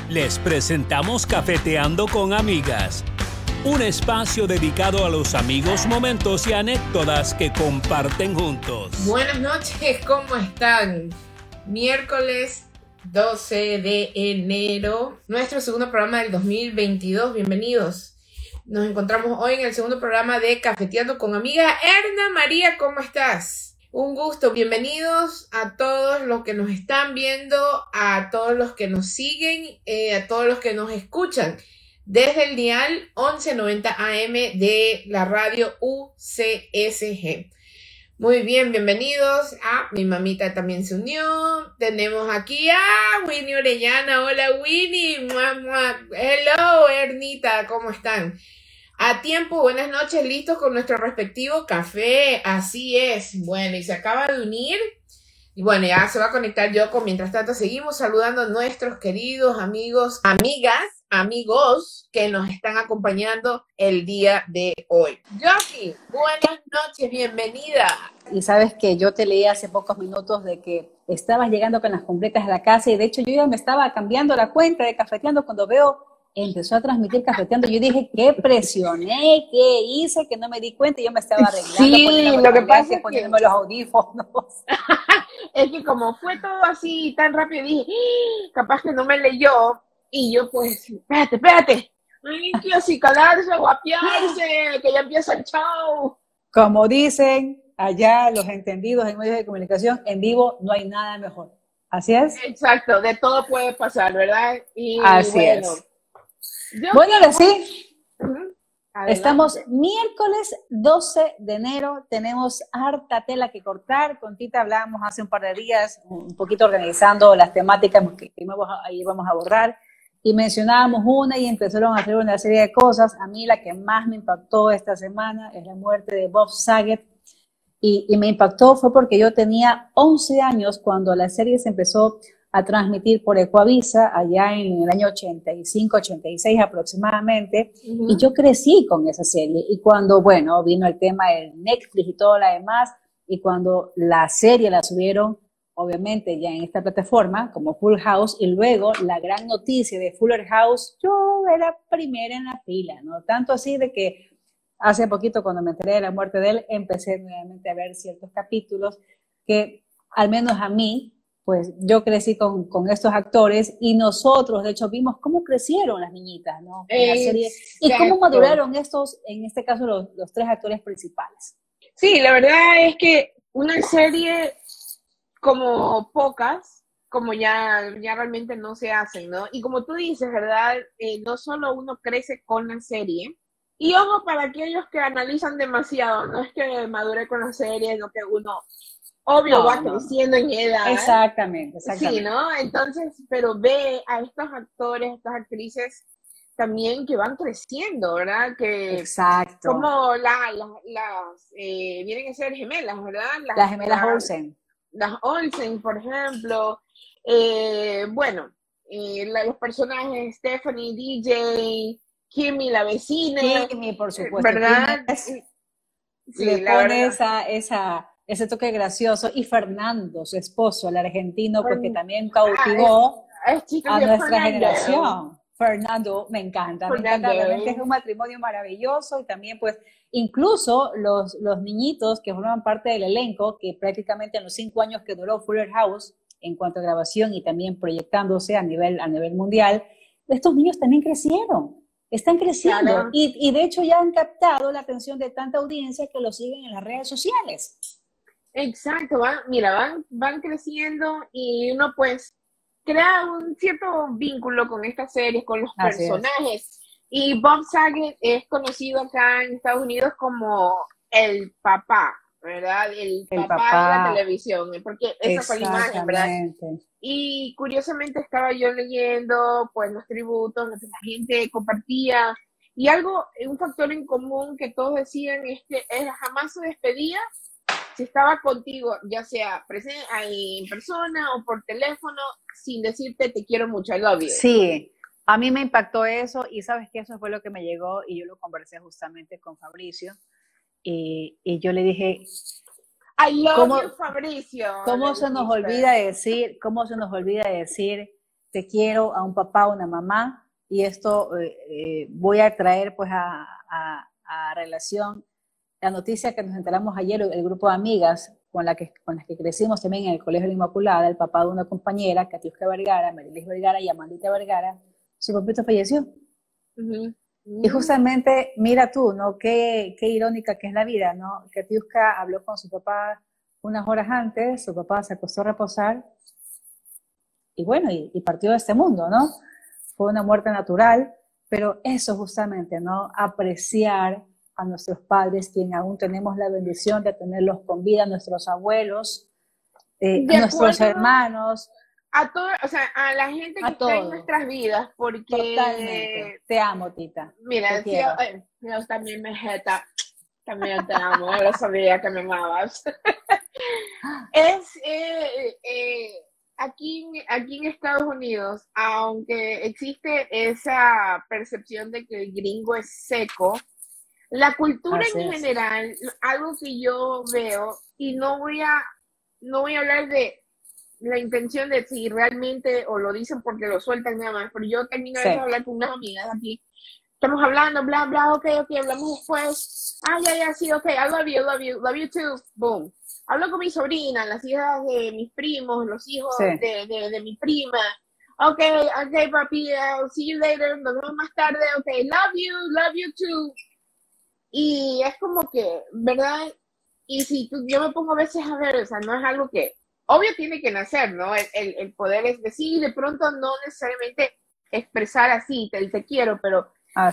Les presentamos Cafeteando con Amigas, un espacio dedicado a los amigos, momentos y anécdotas que comparten juntos. Buenas noches, ¿cómo están? Miércoles 12 de enero, nuestro segundo programa del 2022. Bienvenidos. Nos encontramos hoy en el segundo programa de Cafeteando con Amigas. Erna María, ¿cómo estás? Un gusto, bienvenidos a todos los que nos están viendo, a todos los que nos siguen, a todos los que nos escuchan desde el dial 1190 AM de la radio UCSG. Muy bien, bienvenidos. Mi mamita también se unió. Tenemos aquí a Winnie Orellana. Hola Winnie. Hello Ernita, ¿cómo están? A tiempo, buenas noches, listos con nuestro respectivo café, así es. Bueno, y se acaba de unir, y bueno, ya se va a conectar Yoko. Mientras tanto, seguimos saludando a nuestros queridos amigos, amigas, amigos que nos están acompañando el día de hoy. Yoki, buenas noches, bienvenida. Y sabes que yo te leí hace pocos minutos de que estabas llegando con las completas a la casa, y de hecho yo ya me estaba cambiando la cuenta de Cafeteando cuando empezó a transmitir Cafeteando. Yo dije, ¿qué presioné? ¿Qué hice? Que no me di cuenta y yo me estaba arreglando. Sí, lo que pasa es poniéndome los audífonos. Es que como fue todo así tan rápido, dije, capaz que no me leyó. Y yo pues, espérate. Hay que acicalarse, guapiarse, que ya empieza el show. Como dicen allá los entendidos en medios de comunicación, en vivo no hay nada mejor. ¿Así es? Exacto, de todo puede pasar, ¿verdad? Y así bueno, es. Bueno, ahora sí, estamos miércoles 12 de enero, tenemos harta tela que cortar. Con Tita hablábamos hace un par de días, un poquito organizando las temáticas que íbamos a abordar, y mencionábamos una y empezaron a hacer una serie de cosas. A mí la que más me impactó esta semana es la muerte de Bob Saget, y me impactó fue porque yo tenía 11 años cuando la serie se empezó a transmitir por Ecuavisa, allá en el año 85, 86 aproximadamente, y yo crecí con esa serie. Y cuando, bueno, vino el tema del Netflix y todo lo demás, y cuando la serie la subieron, obviamente ya en esta plataforma, como Full House, y luego la gran noticia de Fuller House, yo era primera en la fila, ¿no? Tanto así de que hace poquito, cuando me enteré de la muerte de él, empecé nuevamente a ver ciertos capítulos que, al menos a mí, pues yo crecí con estos actores, y nosotros, de hecho, vimos cómo crecieron las niñitas, ¿no? En la serie, y cómo maduraron en este caso, los tres actores principales. Sí, la verdad es que una serie como pocas, como ya realmente no se hacen, ¿no? Y como tú dices, ¿verdad? No solo uno crece con la serie, y ojo para aquellos que analizan demasiado, no es que madure con la serie, no que uno... Obvio, va creciendo en edad. Exactamente. Sí, ¿no? Entonces, pero ve a estos actores, estas actrices también que van creciendo, ¿verdad? Que exacto. Como vienen a ser gemelas, ¿verdad? Las gemelas Olsen. Las Olsen, por ejemplo. Los personajes Stephanie, DJ, Kimmy, la vecina. Kimmy, por supuesto. ¿Verdad? Sí, le pone ese toque gracioso, y Fernando, su esposo, el argentino, porque también cautivó a nuestra generación. Fernando, me encanta, realmente es un matrimonio maravilloso. Y también pues incluso los niñitos que forman parte del elenco, que prácticamente en los 5 años que duró Fuller House, en cuanto a grabación y también proyectándose a nivel mundial, estos niños también están creciendo, claro. Y de hecho ya han captado la atención de tanta audiencia que lo siguen en las redes sociales. Exacto, van creciendo, y uno pues crea un cierto vínculo con estas series, con los personajes. Y Bob Saget es conocido acá en Estados Unidos como el papá, ¿verdad? El papá de la televisión, porque esa fue la imagen, ¿verdad? Y curiosamente estaba yo leyendo pues los tributos, lo que la gente compartía, y un factor en común que todos decían es que él jamás se despedía si estaba contigo, ya sea presente en persona o por teléfono, sin decirte te quiero mucho, I love you. Sí, a mí me impactó eso, y sabes que eso fue lo que me llegó, y yo lo conversé justamente con Fabricio, y yo le dije, I love you, Fabricio. ¿Cómo se nos olvida decir te quiero, a un papá, a una mamá, y esto voy a traer pues a relación la noticia que nos enteramos ayer, el grupo de amigas con las que crecimos también en el Colegio de la Inmaculada, el papá de una compañera, Katiuska Vergara, Marilis Vergara y Amandita Vergara, su papito falleció. Uh-huh. Y justamente, mira tú, ¿no? Qué irónica que es la vida, ¿no? Katiuska habló con su papá unas horas antes, su papá se acostó a reposar y bueno, y partió de este mundo, ¿no? Fue una muerte natural, pero eso justamente, ¿no? Apreciar a nuestros padres, quien aún tenemos la bendición de tenerlos con vida, nuestros abuelos, nuestros hermanos. A todo, o sea, a la gente que está en nuestras vidas, porque... Totalmente. Te amo, Tita. Mira, Dios también me jeta. También te amo, yo sabía que me amabas. Aquí en Estados Unidos, aunque existe esa percepción de que el gringo es seco, la cultura en general, algo que yo veo, y no voy a hablar de la intención de si realmente o lo dicen porque lo sueltan nada más, pero yo termino a veces de hablar con unas amigas aquí, estamos hablando, bla, bla, ok, hablamos después, ya, sí, ok, I love you too, boom. Hablo con mi sobrina, las hijas de mis primos, los hijos de mi prima, ok, papi, I'll see you later, nos vemos más tarde, ok, love you too. Y es como que, ¿verdad? Y si yo me pongo a veces a ver, o sea, no es algo que, obvio tiene que nacer, ¿no? El poder es decir, de pronto no necesariamente expresar así, te quiero, pero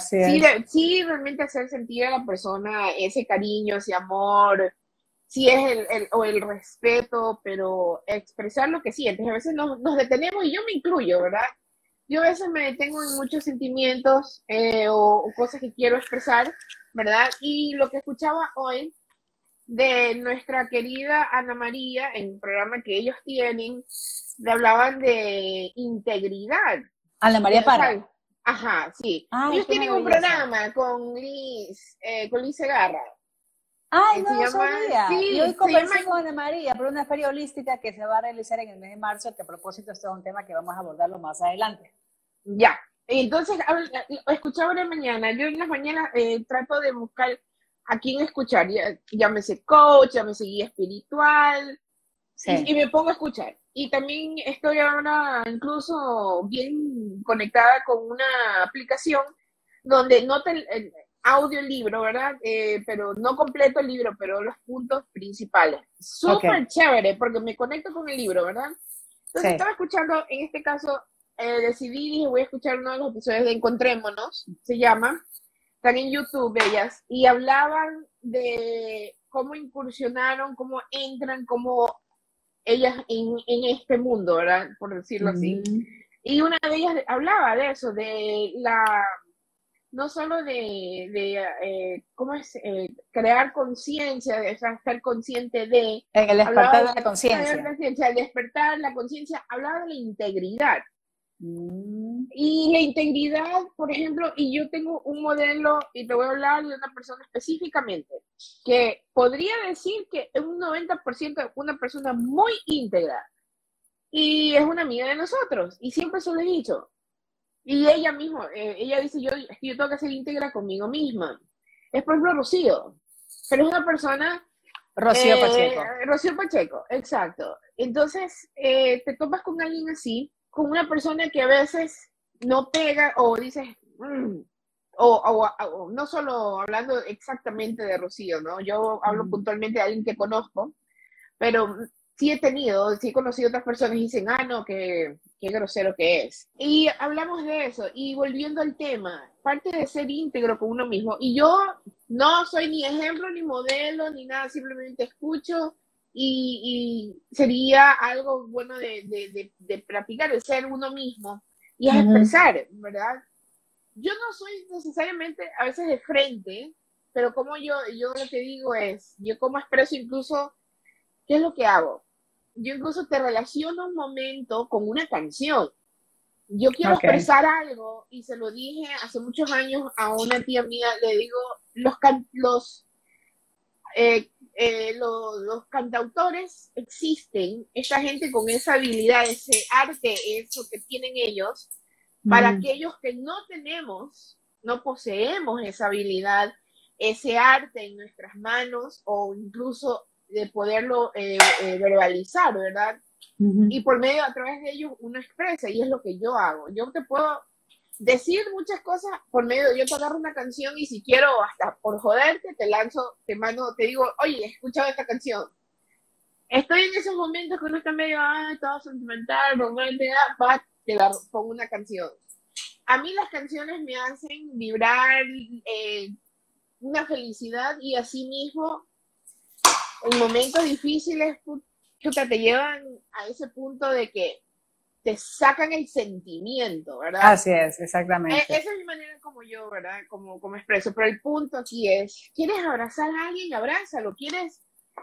sí realmente hacer sentir a la persona ese cariño, ese amor, sí es el respeto, pero expresar lo que sientes. A veces nos detenemos, y yo me incluyo, ¿verdad? Yo a veces me detengo en muchos sentimientos o cosas que quiero expresar, ¿verdad? Y lo que escuchaba hoy de nuestra querida Ana María, en un programa que ellos tienen, le hablaban de integridad. Ana María Parra. Ajá, sí. Ellos tienen un programa con Liz Segarra. Ay, no lo sabía. Sí, y hoy conversé con Ana María por una feria holística que se va a realizar en el mes de marzo, que a propósito este es un tema que vamos a abordarlo más adelante. Ya, entonces, escuchaba de mañana. Yo en las mañanas trato de buscar a quién escuchar. Llámese coach, llámese guía espiritual, y me pongo a escuchar. Y también estoy ahora incluso bien conectada con una aplicación donde nota el audiolibro, ¿verdad? Pero no completo el libro, pero los puntos principales. Súper chévere, porque me conecto con el libro, ¿verdad? Entonces estaba escuchando, en este caso, decidí, dije, voy a escuchar uno de los episodios de Encontrémonos, se llama, están en YouTube ellas, y hablaban de cómo incursionaron, cómo entran, cómo ellas en este mundo, ¿verdad? Por decirlo así. Y una de ellas hablaba de eso, de no solo de ¿cómo es? Crear conciencia, de estar consciente de... El despertar de la conciencia. El despertar la conciencia, hablaba de la integridad. Y la integridad, por ejemplo, y yo tengo un modelo, y te voy a hablar de una persona específicamente, que podría decir que es un 90% una persona muy íntegra, y es una amiga de nosotros, y siempre se lo he dicho. Y ella misma, ella dice, yo tengo que ser íntegra conmigo misma. Es por ejemplo Rocío, pero es una persona... Rocío Pacheco. Rocío Pacheco, exacto. Entonces, te topas con alguien así, con una persona que a veces no pega o dices, o no solo hablando exactamente de Rocío, ¿no? Yo hablo puntualmente de alguien que conozco, pero sí he conocido otras personas y dicen, no, qué grosero que es. Y hablamos de eso, y volviendo al tema, parte de ser íntegro con uno mismo, y yo no soy ni ejemplo, ni modelo, ni nada, simplemente escucho, y sería algo bueno de practicar, de ser uno mismo, y expresar, ¿verdad? Yo no soy necesariamente a veces de frente, pero como yo lo que digo es, yo como expreso incluso, ¿qué es lo que hago? Yo incluso te relaciono un momento con una canción. Yo quiero expresar algo, y se lo dije hace muchos años a una tía mía, le digo, los cantautores existen, esa gente con esa habilidad, ese arte, eso que tienen ellos, para aquellos que no tenemos, no poseemos esa habilidad, ese arte en nuestras manos o incluso de poderlo verbalizar, ¿verdad? Y por medio, a través de ellos, uno expresa, y es lo que yo hago. Yo te puedo decir muchas cosas por medio, yo te agarro una canción y si quiero, hasta por joderte, te lanzo, te mando, te digo, oye, he escuchado esta canción. Estoy en esos momentos que uno está medio, todo sentimental, romántica, te la pongo una canción. A mí las canciones me hacen vibrar una felicidad y así mismo en momentos difíciles te llevan a ese punto de que te sacan el sentimiento, ¿verdad? Así es, exactamente. Esa es mi manera como yo, ¿verdad? Como expreso. Pero el punto aquí es, ¿quieres abrazar a alguien? Abrázalo. ¿Quieres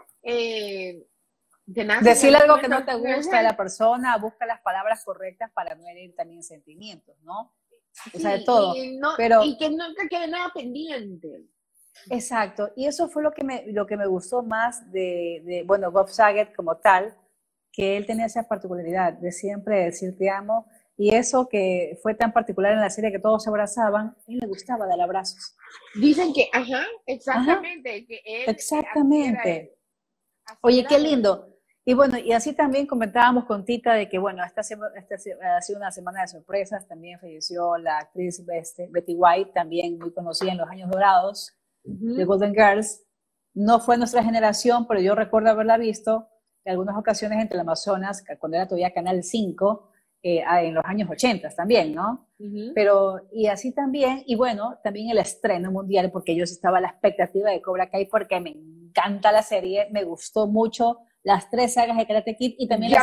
decirle algo que no te gusta de la persona? Busca las palabras correctas para no herir también sentimientos, ¿no? O sea, de todo. Y que nunca quede nada pendiente. Exacto. Y eso fue lo que me gustó más de Bob Saget como tal, que él tenía esa particularidad de siempre decir te amo, y eso que fue tan particular en la serie que todos se abrazaban, a él le gustaba dar abrazos. Dicen que, exactamente. Ajá, que él, exactamente. Oye, qué lindo. Y bueno, y así también comentábamos con Tita de que, bueno, esta ha sido una semana de sorpresas. También falleció la actriz Betty White, también muy conocida en los años dorados de Golden Girls. No fue nuestra generación, pero yo recuerdo haberla visto en algunas ocasiones entre el Amazonas, cuando era todavía Canal 5, en los años 80 también, ¿no? Pero, y así también, y bueno, también el estreno mundial, porque yo estaba a la expectativa de Cobra Kai, porque me encanta la serie, me gustó mucho las 3 sagas de Karate Kid, y también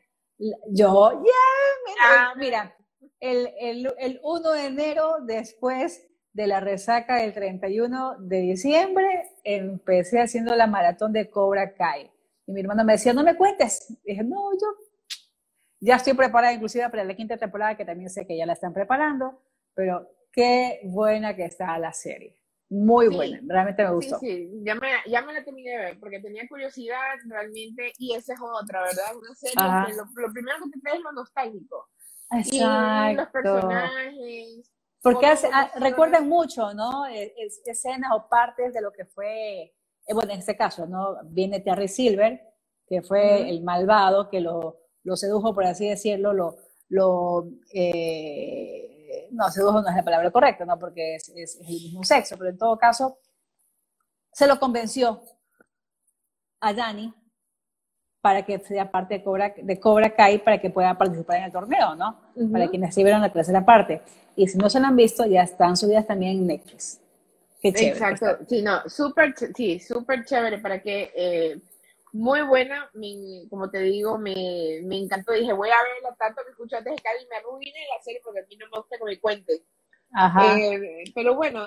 mira, el 1 de enero, después de la resaca del 31 de diciembre, empecé haciendo la maratón de Cobra Kai. Y mi hermano me decía, no me cuentes. Y dije, no, yo ya estoy preparada inclusive para la 5ª temporada, que también sé que ya la están preparando, pero qué buena que está la serie. Muy buena, realmente me gustó. Sí, ya me la terminé de ver, porque tenía curiosidad realmente, y esa es otra, ¿verdad? Una serie que lo primero que te trae es lo nostálgico. Exacto. Y los personajes. Porque recuerdan mucho, ¿no? Escenas o partes de lo que fue, bueno, en este caso, ¿no? Viene Terry Silver, que fue el malvado, que lo sedujo, por así decirlo, no, sedujo no es la palabra correcta, ¿no? Porque es el mismo sexo, pero en todo caso, se lo convenció a Danny para que sea parte de Cobra Kai, para que pueda participar en el torneo, ¿no? Para quienes sí vieron la 3ª parte. Y si no se la han visto, ya están subidas también en Netflix. Qué chévere. Exacto, sí, no, súper chévere, para que, muy buena, como te digo, me encantó. Dije, voy a verla tanto que escucho antes de que me arruine la serie, porque a mí no me gusta que me cuente. Pero bueno,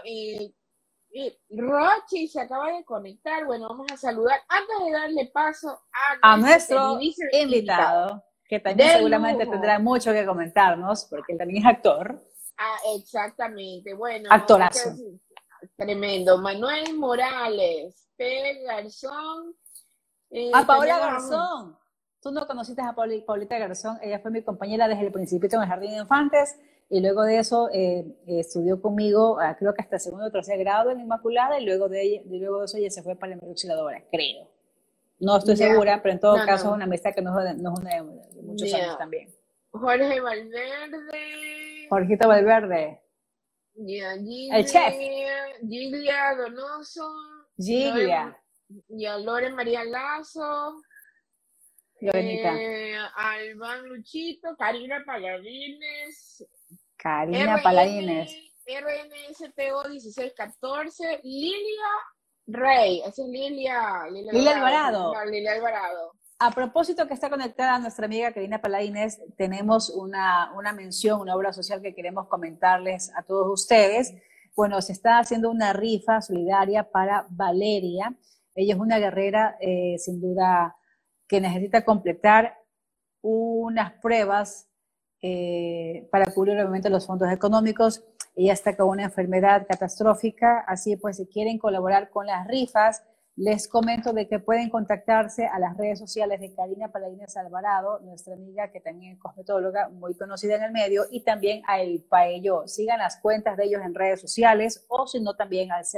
Rochi se acaba de conectar. Bueno, vamos a saludar antes de darle paso a nuestro invitado, que también seguramente tendrá mucho que comentarnos, porque él también es actor. Exactamente, bueno. Actorazo. Tremendo. Manuel Morales, P. Garzón. Paola Garzón. Tú no conociste a Paulita Garzón, ella fue mi compañera desde el principito en el Jardín de Infantes, y luego de eso estudió conmigo, creo que hasta segundo o tercer grado en la Inmaculada, y luego de eso ella se fue para la Auxiliadora, creo. No estoy segura, pero en todo caso es una amistad que nos une de muchos años también. Jorge Valverde. Jorgito Valverde. El chef. Gilia Donoso. Gilia. Lore María Lazo. Lorenita. Albán Luchito. Karina Paladines. RNSTO 1614. Lilia Rey. Esa es Lilia Alvarado. No, Lilia Alvarado. A propósito que está conectada nuestra amiga Karina Paladines, tenemos una mención, una obra social que queremos comentarles a todos ustedes. Bueno, se está haciendo una rifa solidaria para Valeria. Ella es una guerrera, sin duda, que necesita completar unas pruebas para cubrir obviamente los fondos económicos. Ella está con una enfermedad catastrófica, así pues si quieren colaborar con las rifas, Les comento de que pueden contactarse a las redes sociales de Karina Paladines Alvarado, nuestra amiga que también es cosmetóloga muy conocida en el medio, y también a El Paello. Sigan las cuentas de ellos en redes sociales o si no también al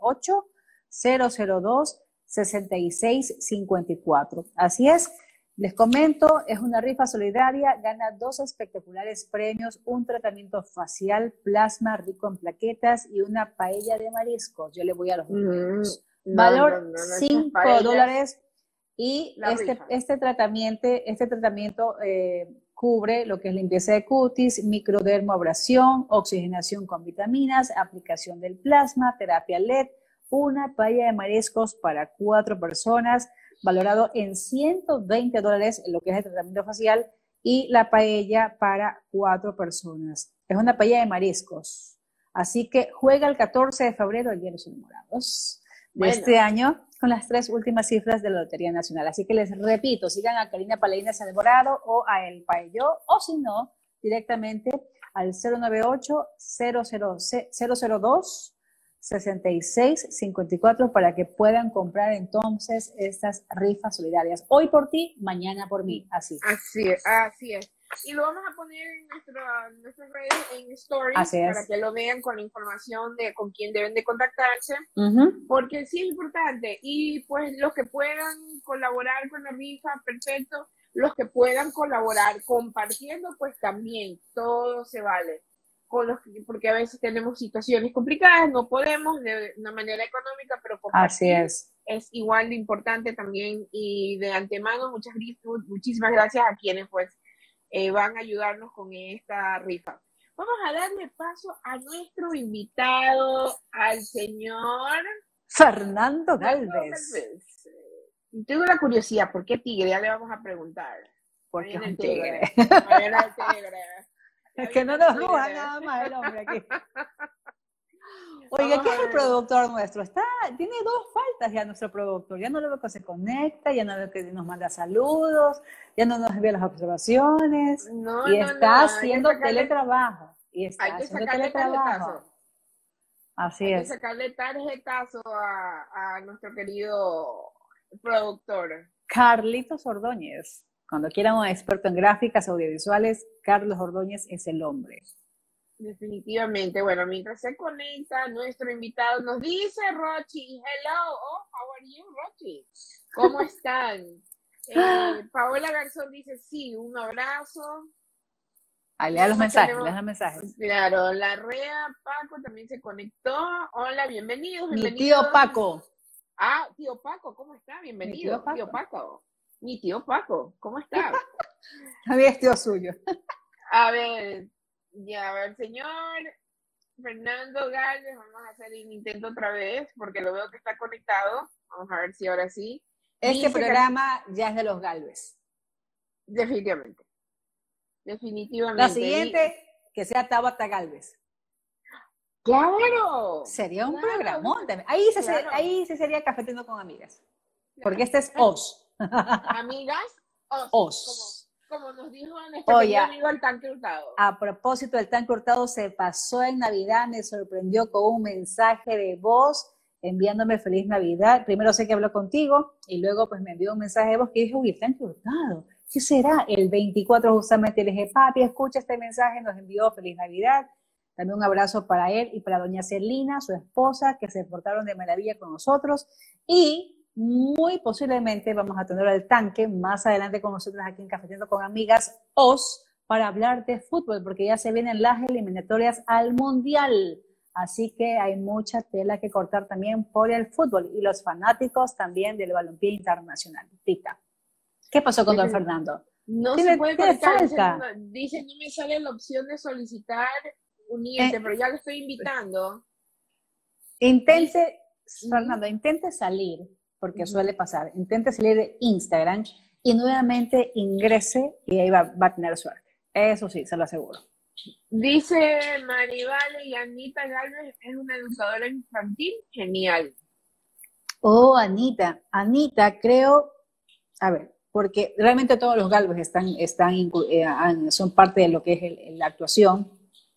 098-002-6654. Así es, les comento, es una rifa solidaria, gana 2 espectaculares premios, un tratamiento facial, plasma rico en plaquetas y una paella de mariscos. Yo le voy a los números. Valor $5 y este tratamiento cubre lo que es limpieza de cutis, microdermoabrasión, oxigenación con vitaminas, aplicación del plasma, terapia LED, una paella de mariscos para 4 personas, valorado en $120 lo que es el tratamiento facial y la paella para 4 personas. Es una paella de mariscos. Así que juega el 14 de febrero, el Día de los Enamorados de este año, con las 3 últimas cifras de la Lotería Nacional. Así que les repito, sigan a Karina Paladines Alvarado o a El Paello, o si no, directamente al 098-002-6654 para que puedan comprar entonces estas rifas solidarias. Hoy por ti, mañana por mí. Así es. Y lo vamos a poner en nuestras redes, en stories, para que lo vean con la información de con quién deben de contactarse, porque sí es importante. Y pues los que puedan colaborar con la rifa, perfecto. Los que puedan colaborar compartiendo, pues también, todo se vale. Porque a veces tenemos situaciones complicadas, no podemos de una manera económica, pero compartir es igual de importante también. Y de antemano, muchísimas gracias a quienes pues van a ayudarnos con esta rifa. Vamos a darle paso a nuestro invitado, al señor Fernando Galvez. Tengo la curiosidad, ¿por qué tigre? Ya le vamos a preguntar. Porque es un tigre. Es que no nos gusta nada más el hombre aquí. Oiga, ¿qué es el productor nuestro? Tiene 2 faltas ya nuestro productor. Ya no lo veo que se conecta, ya no veo que nos manda saludos, ya no nos envía las observaciones. Está haciendo teletrabajo. Así es. Hay que sacarle tarjetazo a nuestro querido productor. Carlitos Ordóñez. Cuando quieran un experto en gráficas audiovisuales, Carlos Ordóñez es el hombre. Definitivamente. Bueno, mientras se conecta nuestro invitado, nos dice Rochi, hello, how are you, Rochi? ¿Cómo están? Paola Garzón dice, sí, un abrazo. Lea los mensajes, Claro, la Rea Paco también se conectó. Hola, bienvenidos. Mi tío Paco. Tío Paco, ¿cómo está? Bienvenido, tío Paco. Mi tío Paco, ¿cómo está? También es tío suyo. A ver, señor Fernando Galvez, vamos a hacer el intento otra vez, porque lo veo que está conectado. Vamos a ver si ahora sí. Este programa ya es de los Galvez. Definitivamente. La siguiente, que sea Tabata Galvez. ¡Claro! Sería un programón también. Ahí se sería Cafeteando con Amigas. Porque este es OS. Amigas, OS. Como nos dijo nuestro amigo el Tanque Hurtado. A propósito, el Tanque Hurtado se pasó en Navidad, me sorprendió con un mensaje de voz enviándome feliz Navidad. Primero sé que habló contigo y luego pues me envió un mensaje de voz que dije, uy, el Tanque Hurtado, ¿qué será? El 24 justamente le dije, papi, escucha este mensaje, nos envió feliz Navidad. También un abrazo para él y para doña Celina, su esposa, que se portaron de maravilla con nosotros. Y muy posiblemente vamos a tener al Tanque más adelante con nosotros aquí en Cafeteando con Amigas OS para hablar de fútbol, porque ya se vienen las eliminatorias al Mundial. Así que hay mucha tela que cortar también por el fútbol y los fanáticos también del balompié internacional. Tita, ¿qué pasó con don Fernando? No se puede conectar. Dice, no me sale la opción de solicitar unirte, pero ya lo estoy invitando. Fernando, intente salir, porque suele pasar. Intente salir de Instagram y nuevamente ingrese y ahí va a tener suerte. Eso sí, se lo aseguro. Dice Maribale y Anita Galvez es una educadora infantil genial. Oh, Anita, creo, a ver, porque realmente todos los Galvez son parte de lo que es la actuación.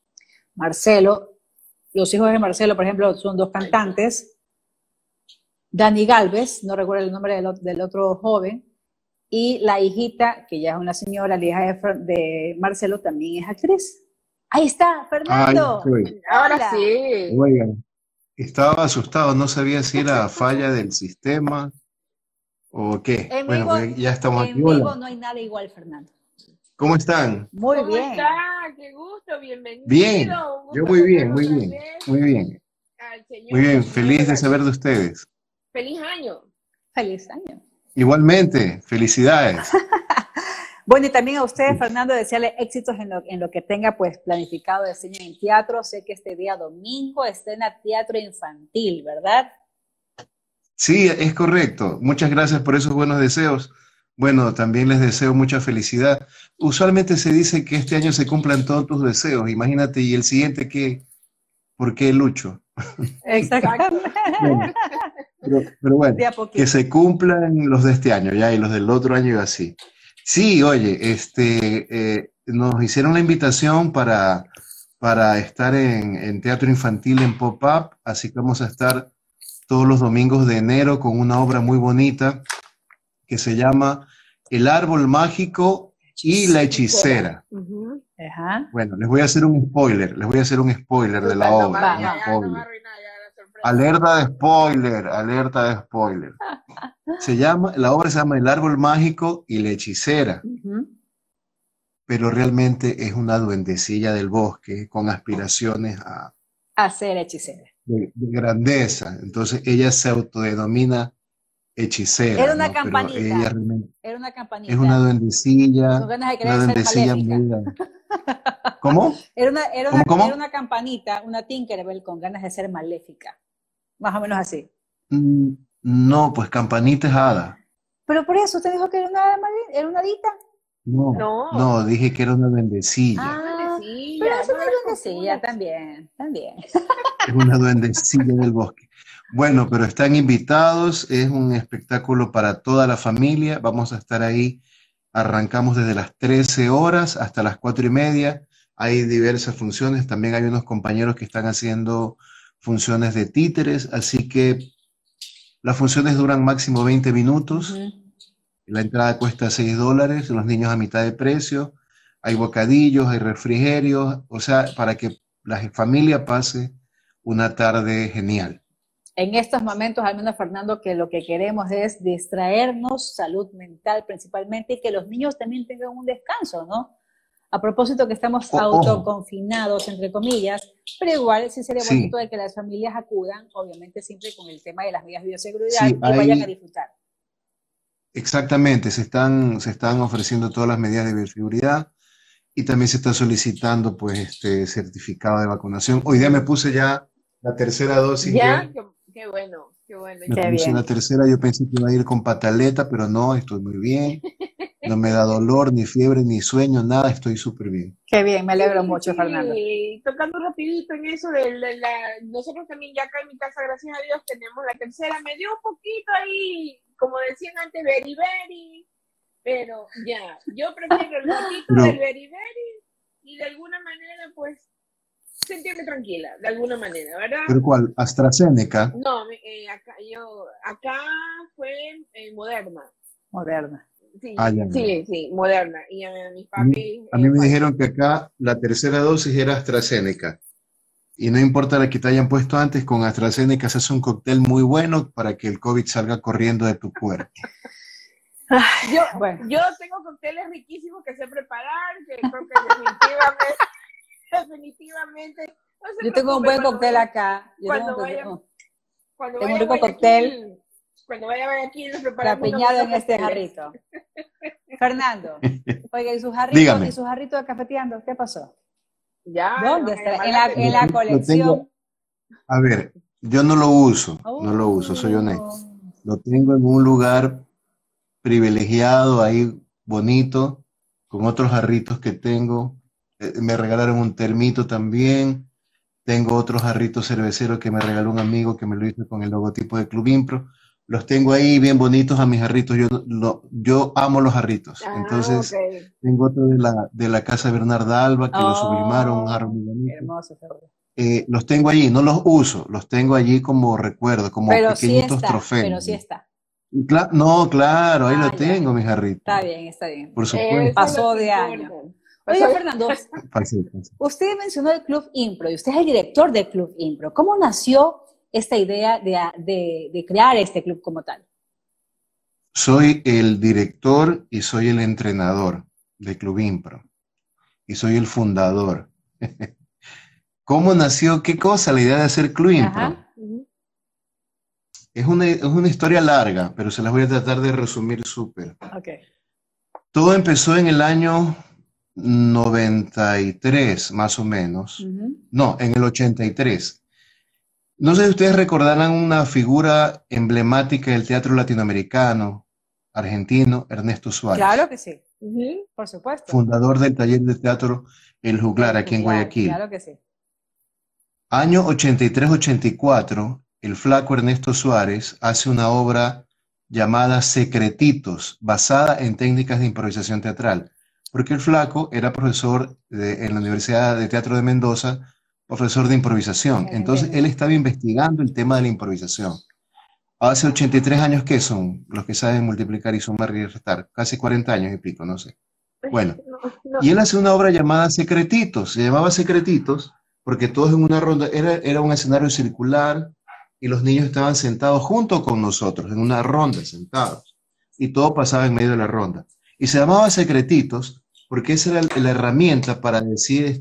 Marcelo, los hijos de Marcelo, por ejemplo, son 2 cantantes. Dani Galvez, no recuerdo el nombre del otro joven, y la hijita, que ya es una señora, la hija de Marcelo, también es actriz. Ahí está, Fernando. Ahora sí. Oigan, estaba asustado, no sabía si era falla del sistema o qué. En bueno, vivo, pues ya estamos aquí. En vivo no hay nada igual, Fernando. ¿Cómo están? Muy bien. ¿Cómo está? Qué gusto, bienvenido. Bien, yo muy bien, muy bien, muy bien. Muy bien, feliz de saber de ustedes. Feliz año. Feliz año. Igualmente, felicidades. Bueno, y también a ustedes, Fernando, desearle éxitos en lo que tenga pues planificado de diseño en teatro. Sé que este día domingo estrena teatro infantil, ¿verdad? Sí, es correcto. Muchas gracias por esos buenos deseos. Bueno, también les deseo mucha felicidad. Usualmente se dice que este año se cumplan todos tus deseos. Imagínate, y el siguiente, ¿por qué lucho? Exacto. Pero bueno, que se cumplan los de este año ya y los del otro año y así. Sí, oye, nos hicieron la invitación para estar en teatro infantil en Pop-Up, así que vamos a estar todos los domingos de enero con una obra muy bonita que se llama El árbol mágico y la hechicera. Bueno, les voy a hacer un spoiler, de la obra. Alerta de spoiler. La obra se llama El árbol mágico y la hechicera. Pero realmente es una duendecilla del bosque con aspiraciones a ser hechicera. De grandeza. Entonces ella se autodenomina hechicera. Era una ¿no? campanita. Pero ella realmente era una campanita. Es una duendecilla. Con ganas de querer ser maléfica. ¿Cómo? Era una campanita, una Tinkerbell con ganas de ser maléfica. Más o menos así. No, pues campanita es hada. Pero por eso usted dijo que era una hadita. No, dije que era una duendecilla. Pero es una duendecilla también. Es una duendecilla del bosque. Bueno, pero están invitados, es un espectáculo para toda la familia. Vamos a estar ahí, arrancamos desde las 13 horas hasta las 4:30. Hay diversas funciones, también hay unos compañeros que están haciendo funciones de títeres, así que las funciones duran máximo 20 minutos. La entrada cuesta $6, los niños a mitad de precio. Hay bocadillos, hay refrigerios, o sea, para que la familia pase una tarde genial. En estos momentos, al menos Fernando, que lo que queremos es distraernos, salud mental principalmente, y que los niños también tengan un descanso, ¿no? A propósito que estamos autoconfinados, entre comillas, pero igual sí sería bonito de que las familias acudan, obviamente siempre con el tema de las medidas de bioseguridad, y vayan a disfrutar. Exactamente, se están ofreciendo todas las medidas de bioseguridad y también se está solicitando pues certificado de vacunación. Hoy día me puse ya la tercera dosis. Ya, qué bueno. Me puse la tercera, yo pensé que iba a ir con pataleta, pero no, estoy muy bien. No me da dolor, ni fiebre, ni sueño, nada, estoy súper bien. Qué bien, me alegro mucho, Fernando. Tocando rapidito en eso nosotros también ya acá en mi casa, gracias a Dios, tenemos la tercera. Me dio un poquito ahí, como decían antes, beriberi, pero ya, yo prefiero el ratito del beriberi y de alguna manera, pues, sentirme tranquila, de alguna manera, ¿verdad? ¿Pero cuál? ¿AstraZeneca? No, acá fue Moderna. Moderna. Sí, Moderna. Y a mis papis... A mí me dijeron que acá la tercera dosis era AstraZeneca. Y no importa la que te hayan puesto antes, con AstraZeneca se hace un cóctel muy bueno para que el COVID salga corriendo de tu cuerpo. Yo tengo cócteles riquísimos que sé preparar, que creo que definitivamente yo tengo un buen cóctel acá. Cuando tengo un rico cóctel. Cuando vaya aquí, nos preparamos. Tapiñado en este jarrito. Fernando, oiga, ¿y su jarrito de cafeteando? ¿Qué pasó? Ya. ¿Dónde está? En la colección. A ver, yo no lo uso, soy honesto. Lo tengo en un lugar privilegiado, ahí bonito, con otros jarritos que tengo. Me regalaron un termito también. Tengo otros jarritos cerveceros que me regaló un amigo que me lo hizo con el logotipo de Club Impro. Los tengo ahí bien bonitos a mis jarritos. Yo amo los jarritos. Entonces, ok. tengo otro de la casa de Bernarda Alba, que lo sublimaron, un jarro Oh, muy bonito. hermoso, Fernando. Los tengo allí, no los uso, los tengo allí como recuerdo, como Pero sí pequeñitos está, trofeos. pero sí está. No, claro, ahí lo Ya. tengo, mi jarrito. Está bien, está bien. Por Eso supuesto. es Pasó lo que de año. importa. Oiga, Fernando, Pasé. usted mencionó el Club Impro y usted es el director del Club Impro. ¿Cómo nació esta idea de crear este club como tal? Soy el director y soy el entrenador de Club Impro. Y soy el fundador. ¿Cómo nació qué cosa? La idea de hacer Club Impro. Ajá. Es una historia larga, pero se las voy a tratar de resumir súper. Ok. Todo empezó en el año 93, más o menos. No, en el 83. No sé si ustedes recordarán una figura emblemática del teatro latinoamericano, argentino, Ernesto Suárez. Claro que sí, por supuesto. Fundador del taller de teatro El Juglar, aquí en Guayaquil. Claro que sí. Año 83-84, el flaco Ernesto Suárez hace una obra llamada Secretitos, basada en técnicas de improvisación teatral, porque el flaco era profesor en la Universidad de Teatro de Mendoza, profesor de improvisación. Entonces él estaba investigando el tema de la improvisación. Hace 83 años, ¿qué son? Los que saben multiplicar y sumar y restar, casi 40 años y pico, no sé. Bueno, y él hace una obra llamada Secretitos, se llamaba Secretitos, porque todos en una ronda, era un escenario circular, y los niños estaban sentados junto con nosotros, en una ronda, sentados, y todo pasaba en medio de la ronda. Y se llamaba Secretitos, porque esa era la herramienta para decir,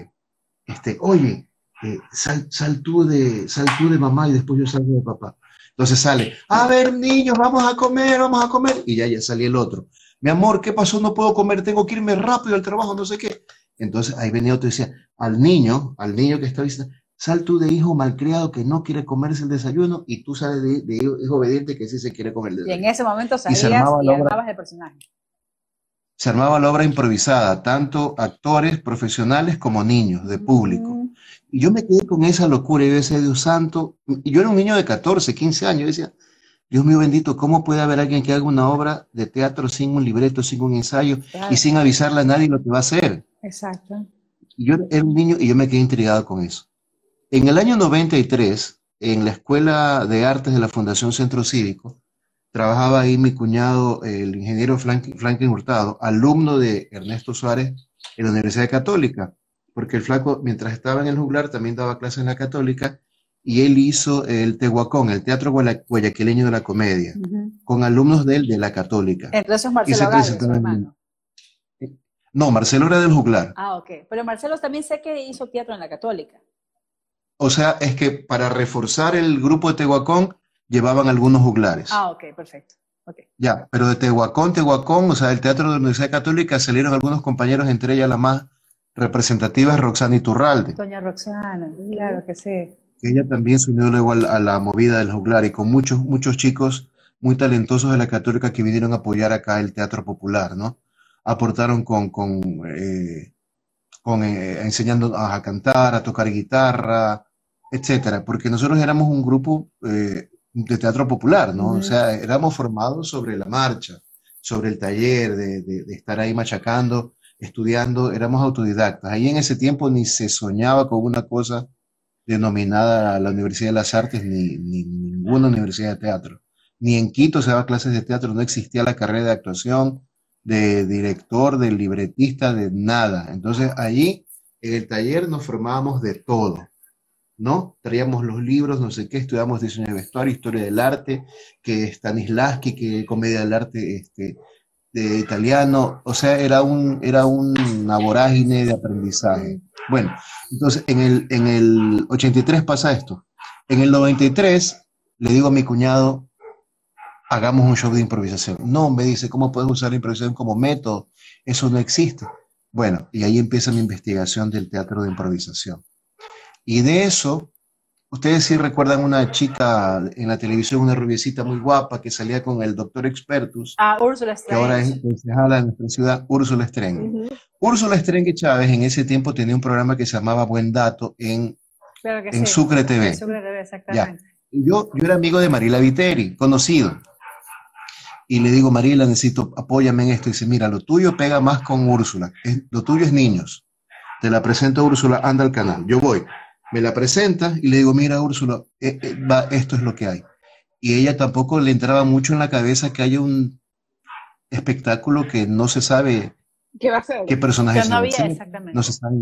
oye, sal tú de mamá y después yo salgo de papá. Entonces sale, a ver niños, vamos a comer, y ya salía el otro. Mi amor, ¿qué pasó? No puedo comer, tengo que irme rápido al trabajo, no sé qué. Entonces ahí venía otro y decía, al niño que está diciendo, sal tú de hijo malcriado que no quiere comerse el desayuno y tú sales de hijo obediente que sí se quiere comer el desayuno. Y en ese momento salías y armabas el personaje. Se armaba la obra improvisada, tanto actores profesionales como niños de público. Y yo me quedé con esa locura y yo decía, Dios santo, y yo era un niño de 14, 15 años, yo decía, Dios mío bendito, ¿cómo puede haber alguien que haga una obra de teatro sin un libreto, sin un ensayo y sin avisarle a nadie lo que va a hacer? Exacto. Y yo era un niño y yo me quedé intrigado con eso. En el año 93, en la Escuela de Artes de la Fundación Centro Cívico, trabajaba ahí mi cuñado, el ingeniero Franklin Hurtado, alumno de Ernesto Suárez en la Universidad Católica, porque el flaco, mientras estaba en el Juglar, también daba clases en la Católica, y él hizo el Tehuacón, el Teatro Guayaquileño de la Comedia, con alumnos de él de la Católica. Entonces Marcelo Gálvez, su hermano. No, Marcelo era del Juglar. Ah, ok. Pero Marcelo también sé que hizo teatro en la Católica. O sea, es que para reforzar el grupo de Tehuacón, llevaban algunos juglares. Ah, ok, perfecto. Okay. Ya, pero de Tehuacón, o sea, del Teatro de la Universidad Católica salieron algunos compañeros, entre ellas la más representativa es Roxana Iturralde. Doña Roxana, claro que sí. Ella también se unió luego a la movida del juglar y con muchos chicos muy talentosos de la Católica que vinieron a apoyar acá el teatro popular, ¿no? Aportaron enseñando a cantar, a tocar guitarra, etcétera, porque nosotros éramos un grupo de teatro popular, ¿no? O sea, éramos formados sobre la marcha, sobre el taller, de estar ahí machacando, estudiando, éramos autodidactas. Ahí en ese tiempo ni se soñaba con una cosa denominada la Universidad de las Artes, ni ninguna universidad de teatro. Ni en Quito se daba clases de teatro, no existía la carrera de actuación, de director, de libretista, de nada. Entonces allí en el taller nos formábamos de todo, ¿no? Traíamos los libros, no sé qué, estudiamos diseño de vestuario, historia del arte, que Stanislavski, que comedia del arte de italiano, o sea, era una vorágine de aprendizaje. Bueno, entonces en el 83 pasa esto. En el 93 le digo a mi cuñado, hagamos un show de improvisación. No, me dice, ¿cómo puedes usar la improvisación como método? Eso no existe. Bueno, y ahí empieza mi investigación del teatro de improvisación. Y de eso, ustedes sí recuerdan una chica en la televisión, una rubiecita muy guapa que salía con el doctor Expertus. Ah, Úrsula Strange. Que ahora es concejala en nuestra ciudad, Úrsula Strange. Úrsula Strange Chávez en ese tiempo tenía un programa que se llamaba Buen Dato en Sucre TV. En Sucre TV, exactamente. Ya. yo era amigo de Mariela Viteri, conocido. Y le digo, Mariela, necesito, apóyame en esto. Y dice, mira, lo tuyo pega más con Úrsula. Lo tuyo es niños. Te la presento a Úrsula, anda al canal. Yo voy. Me la presenta y le digo, mira, Úrsula, esto es lo que hay. Y ella tampoco le entraba mucho en la cabeza que haya un espectáculo que no se sabe ¿qué va a ser? qué personaje Que no había, ser. exactamente. No se sabe.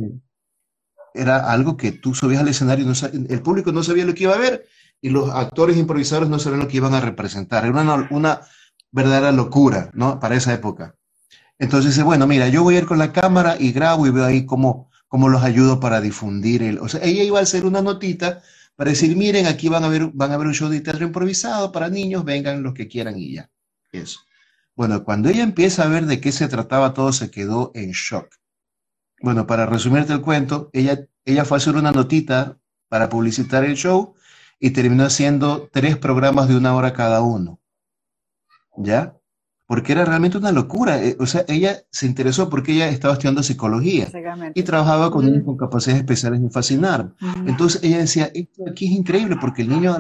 Era algo que tú subías al escenario, el público no sabía lo que iba a ver y los actores improvisadores no sabían lo que iban a representar. Era una verdadera locura, ¿no? Para esa época. Entonces dice, bueno, mira, yo voy a ir con la cámara y grabo y veo ahí cómo los ayudo para difundir o sea, ella iba a hacer una notita para decir, miren, aquí van a ver un show de teatro improvisado para niños, vengan los que quieran y ya. Eso. Bueno, cuando ella empieza a ver de qué se trataba todo, se quedó en shock. Bueno, para resumirte el cuento, ella fue a hacer una notita para publicitar el show y terminó haciendo 3 programas de 1 hora cada uno. ¿Ya? Porque era realmente una locura. O sea, ella se interesó porque ella estaba estudiando psicología y trabajaba con niños con capacidades especiales en fascinar. Entonces ella decía, esto aquí es increíble porque el niño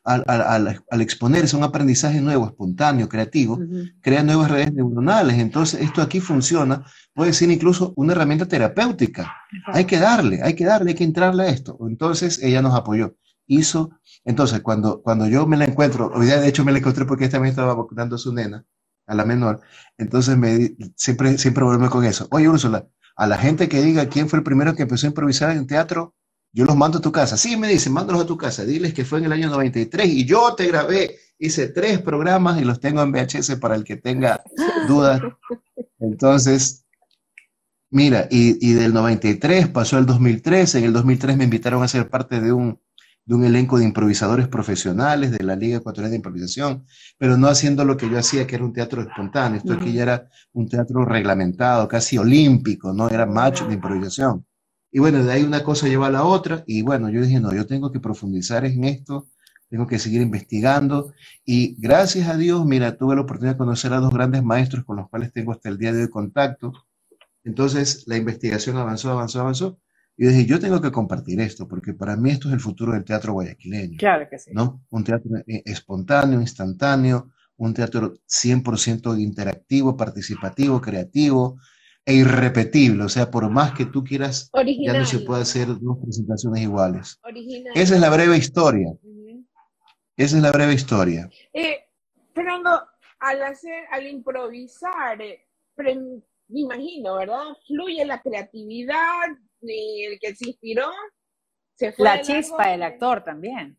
al exponerse a un aprendizaje nuevo, espontáneo, creativo, crea nuevas redes neuronales. Entonces esto aquí funciona, puede ser incluso una herramienta terapéutica. Hay que darle, hay que entrarle a esto. Entonces ella nos apoyó. Entonces cuando yo me la encuentro, hoy día de hecho me la encontré porque ella también estaba vacunando a su nena, a la menor, entonces siempre vuelvo con eso. Oye, Úrsula, a la gente que diga quién fue el primero que empezó a improvisar en teatro, yo los mando a tu casa. Sí, me dicen, mándalos a tu casa. Diles que fue en el año 93 y yo te grabé. Hice 3 programas y los tengo en VHS para el que tenga dudas. Entonces, mira, y del 93 pasó al 2003. En el 2003 me invitaron a ser parte de un elenco de improvisadores profesionales de la Liga Ecuatoriana de Improvisación, pero no haciendo lo que yo hacía, que era un teatro espontáneo. Esto aquí ya era un teatro reglamentado, casi olímpico, ¿no? Era match de improvisación. Y bueno, de ahí una cosa lleva a la otra, y bueno, yo dije, no, yo tengo que profundizar en esto, tengo que seguir investigando, y gracias a Dios, mira, tuve la oportunidad de conocer a 2 grandes maestros con los cuales tengo hasta el día de hoy contacto. Entonces, la investigación avanzó, y dije, yo tengo que compartir esto, porque para mí esto es el futuro del teatro guayaquileño. Claro que sí. ¿No? Un teatro espontáneo, instantáneo, un teatro 100% interactivo, participativo, creativo, e irrepetible, o sea, por más que tú quieras, original. Ya no se puede hacer 2 presentaciones iguales. Original. Esa es la breve historia. Esa es la breve historia. Fernando, al improvisar, me imagino, ¿verdad? Fluye la creatividad, el que se inspiró, se fue. La chispa del actor también.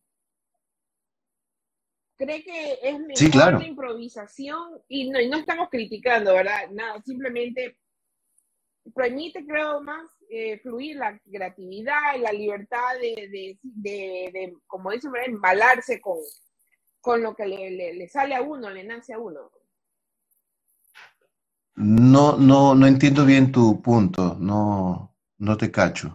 ¿Cree que es mejor sí, claro. La improvisación? Y no estamos criticando, ¿verdad? Nada, simplemente permite, creo, más fluir la creatividad, la libertad de como dice, embalarse con lo que le sale a uno, le nace a uno. No entiendo bien tu punto, no te cacho.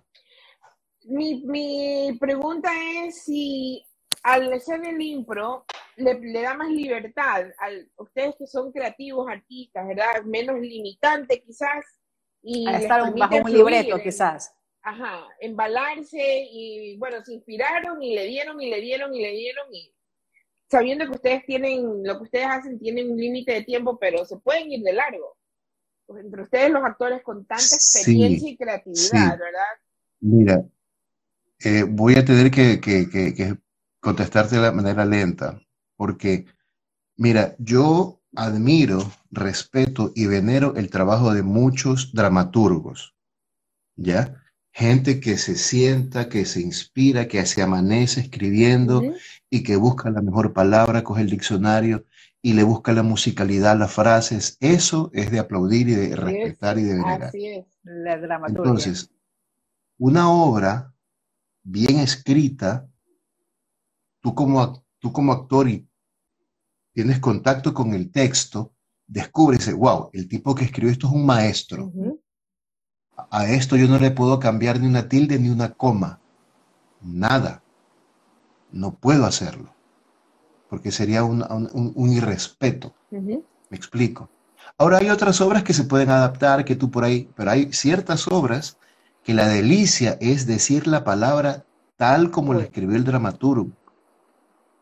Mi pregunta es si al hacer el impro le da más libertad a ustedes que son creativos, artistas, ¿verdad? Menos limitante quizás. Y a estar bajo un libreto, quizás. Ajá, embalarse y bueno, se inspiraron y le dieron y sabiendo que ustedes tienen, lo que ustedes hacen tienen un límite de tiempo, pero se pueden ir de largo. Pues entre ustedes los actores con tanta experiencia y creatividad, ¿verdad? Mira, voy a tener que contestarte de la manera lenta, porque mira, yo admiro, respeto y venero el trabajo de muchos dramaturgos, ¿ya? Gente que se sienta, que se inspira, que se amanece escribiendo y que busca la mejor palabra, coge el diccionario y le busca la musicalidad, las frases. Eso es de aplaudir y de respetar y de venerar. Así es, la dramaturgia. Entonces, una obra bien escrita, tú como actor y tienes contacto con el texto, descubres, wow, el tipo que escribió esto es un maestro. A esto yo no le puedo cambiar ni una tilde ni una coma. Nada. No puedo hacerlo. Porque sería un irrespeto. Me explico. Ahora hay otras obras que se pueden adaptar, que tú por ahí, pero hay ciertas obras que la delicia es decir la palabra tal como la escribió el dramaturgo.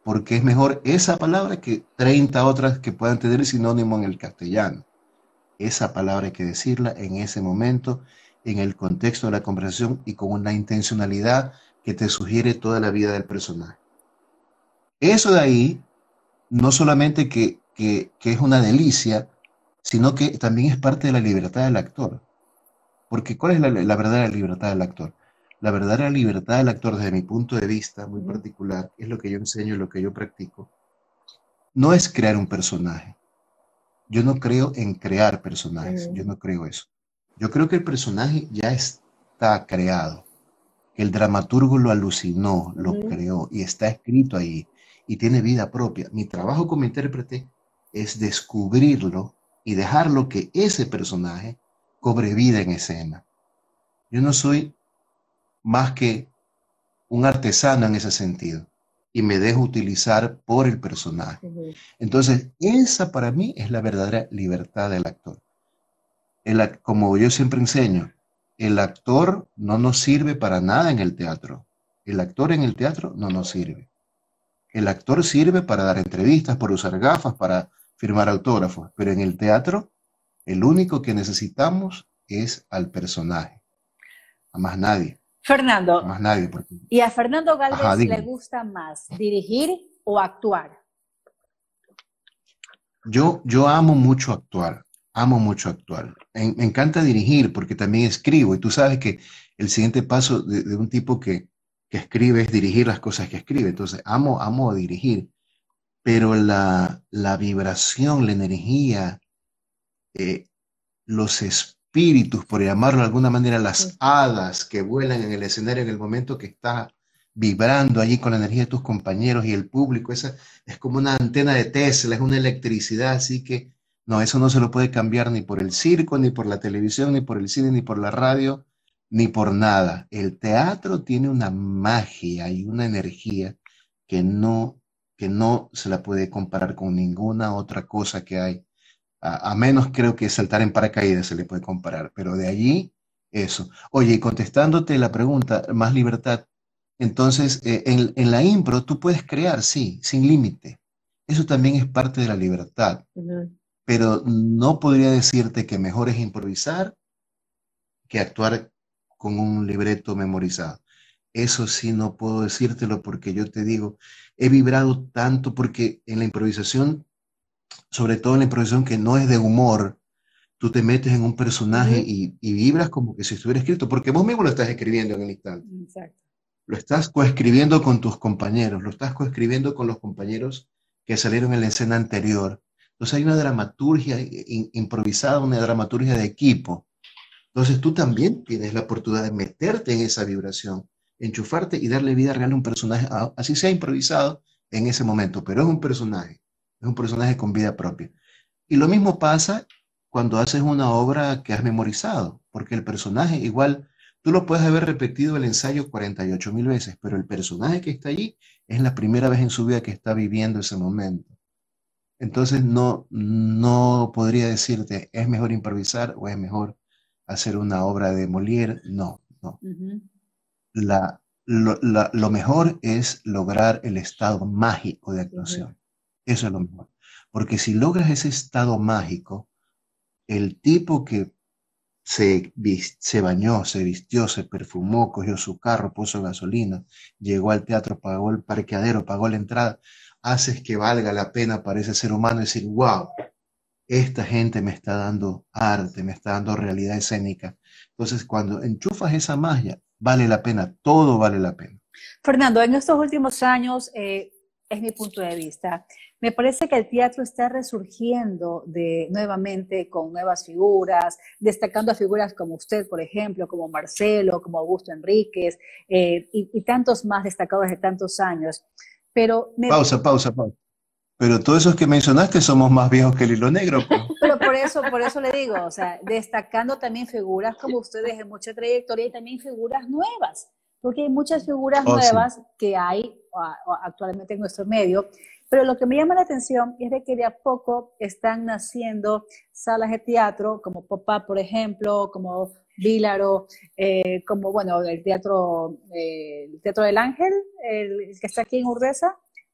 porque es mejor esa palabra que 30 otras que puedan tener sinónimo en el castellano. Esa palabra hay que decirla en ese momento, en el contexto de la conversación y con una intencionalidad que te sugiere toda la vida del personaje. Eso de ahí, no solamente que es una delicia, sino que también es parte de la libertad del actor. Porque ¿cuál es la verdadera libertad del actor? La verdadera libertad del actor, desde mi punto de vista muy particular, es lo que yo enseño y lo que yo practico, no es crear un personaje. Yo no creo en crear personajes, yo no creo eso. Yo creo que el personaje ya está creado, que el dramaturgo lo alucinó, lo creó y está escrito ahí y tiene vida propia. Mi trabajo como intérprete es descubrirlo y dejarlo que ese personaje cobre vida en escena. Yo no soy más que un artesano en ese sentido y me dejo utilizar por el personaje. Entonces, esa para mí es la verdadera libertad del actor. Como yo siempre enseño, el actor no nos sirve para nada en el teatro. El actor en el teatro no nos sirve. El actor sirve para dar entrevistas, para usar gafas, para firmar autógrafos, pero en el teatro el único que necesitamos es al personaje, a más nadie. Fernando, a más nadie. Porque... ¿y a Fernando Ajá, Gálvez le gusta más dirigir o actuar? Yo amo mucho actuar. Amo mucho actuar. Me encanta dirigir porque también escribo. Y tú sabes que el siguiente paso de un tipo que escribe es dirigir las cosas que escribe. Entonces, amo dirigir. Pero la vibración, la energía, los espíritus, por llamarlo de alguna manera, las hadas que vuelan en el escenario en el momento que está vibrando allí con la energía de tus compañeros y el público, esa es como una antena de Tesla, es una electricidad, así que no, eso no se lo puede cambiar ni por el circo, ni por la televisión, ni por el cine, ni por la radio, ni por nada. El teatro tiene una magia y una energía que no se la puede comparar con ninguna otra cosa que hay. A menos creo que saltar en paracaídas se le puede comparar, pero de allí, eso. Oye, y contestándote la pregunta, más libertad, entonces en la impro tú puedes crear, sí, sin límite. Eso también es parte de la libertad, pero no podría decirte que mejor es improvisar que actuar con un libreto memorizado. Eso sí no puedo decírtelo porque yo te digo, he vibrado tanto porque en la improvisación, sobre todo en la improvisación que no es de humor, tú te metes en un personaje y vibras como que si estuviera escrito, porque vos mismo lo estás escribiendo en el instante. Exacto. Lo estás coescribiendo con tus compañeros, lo estás coescribiendo con los compañeros que salieron en la escena anterior. Entonces hay una dramaturgia improvisada, una dramaturgia de equipo. Entonces tú también tienes la oportunidad de meterte en esa vibración, enchufarte y darle vida real a un personaje, así sea improvisado en ese momento, pero es un personaje con vida propia. Y lo mismo pasa cuando haces una obra que has memorizado, porque el personaje igual, tú lo puedes haber repetido el ensayo 48.000 veces, pero el personaje que está allí es la primera vez en su vida que está viviendo ese momento. Entonces no podría decirte, ¿es mejor improvisar o es mejor hacer una obra de Molière? No, no. Lo mejor es lograr el estado mágico de actuación. Eso es lo mejor. Porque si logras ese estado mágico, el tipo que se bañó, se vistió, se perfumó, cogió su carro, puso gasolina, llegó al teatro, pagó el parqueadero, pagó la entrada, haces que valga la pena para ese ser humano decir, wow, esta gente me está dando arte, me está dando realidad escénica. Entonces, cuando enchufas esa magia, vale la pena, todo vale la pena. Fernando, en estos últimos años, es mi punto de vista, me parece que el teatro está resurgiendo nuevamente con nuevas figuras, destacando a figuras como usted, por ejemplo, como Marcelo, como Augusto Enríquez, y tantos más destacados de tantos años. Pero Pausa. Pero todos esos que mencionaste somos más viejos que el hilo negro. Pero por eso le digo, o sea, destacando también figuras como ustedes de mucha trayectoria y también figuras nuevas, porque hay muchas figuras nuevas que hay actualmente en nuestro medio, pero lo que me llama la atención es de que de a poco están naciendo salas de teatro como Pop-Up, por ejemplo, como Vílaro, como, bueno, el teatro del Ángel, el que está aquí en Urdesa.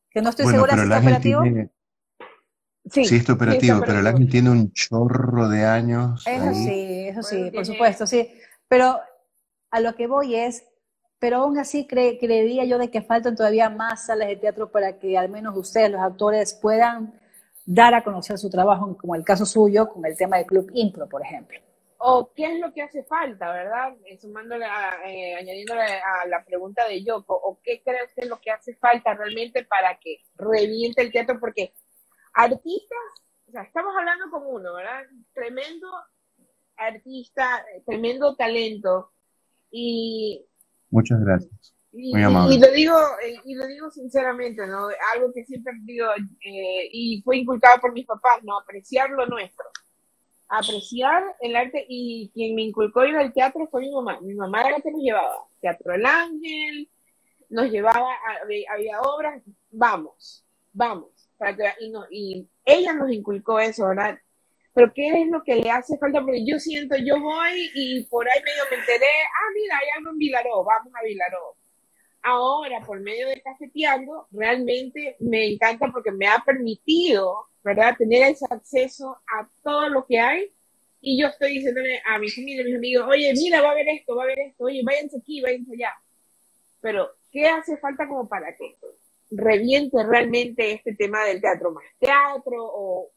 que no estoy Bueno, segura pero si el está Ángel operativo. tiene, Sí, sí está Sí, está operativo, pero el operativo. Ángel tiene un chorro de años eso ahí. sí, Bueno, por tiene. supuesto, sí. Pero a lo que voy es, pero aún así creería yo de que faltan todavía más salas de teatro para que al menos ustedes, los actores, puedan dar a conocer su trabajo, como el caso suyo con el tema del Club Impro, por ejemplo. O qué es lo que hace falta, ¿verdad? Añadiéndole a la pregunta de Yoko, o qué cree usted lo que hace falta realmente para que reviente el teatro, porque artistas, o sea, estamos hablando con uno, ¿verdad? Tremendo artista, tremendo talento, y, Muchas gracias. Muy y, y, amable. lo digo, y lo digo sinceramente, ¿no? Algo que siempre digo, y fue inculcado por mis papás, ¿no? Apreciar lo nuestro. Apreciar el arte, y quien me inculcó ir al teatro fue mi mamá. Mi mamá era la que nos llevaba. Teatro El Ángel, nos llevaba, había obras, vamos, para que, y ella nos inculcó eso, ¿verdad? Pero ¿qué es lo que le hace falta? Porque yo siento, yo voy y por ahí medio me enteré, mira, hay algo en Vilaró, vamos a Vilaró. Ahora, por medio de Cafeteando, realmente me encanta porque me ha permitido, ¿verdad?, tener ese acceso a todo lo que hay. Y yo estoy diciéndole a mi familia, a mis amigos, oye, mira, va a haber esto, oye, váyanse aquí, váyanse allá. Pero, ¿qué hace falta como para que reviente realmente este tema del teatro? ¿Más teatro? ¿O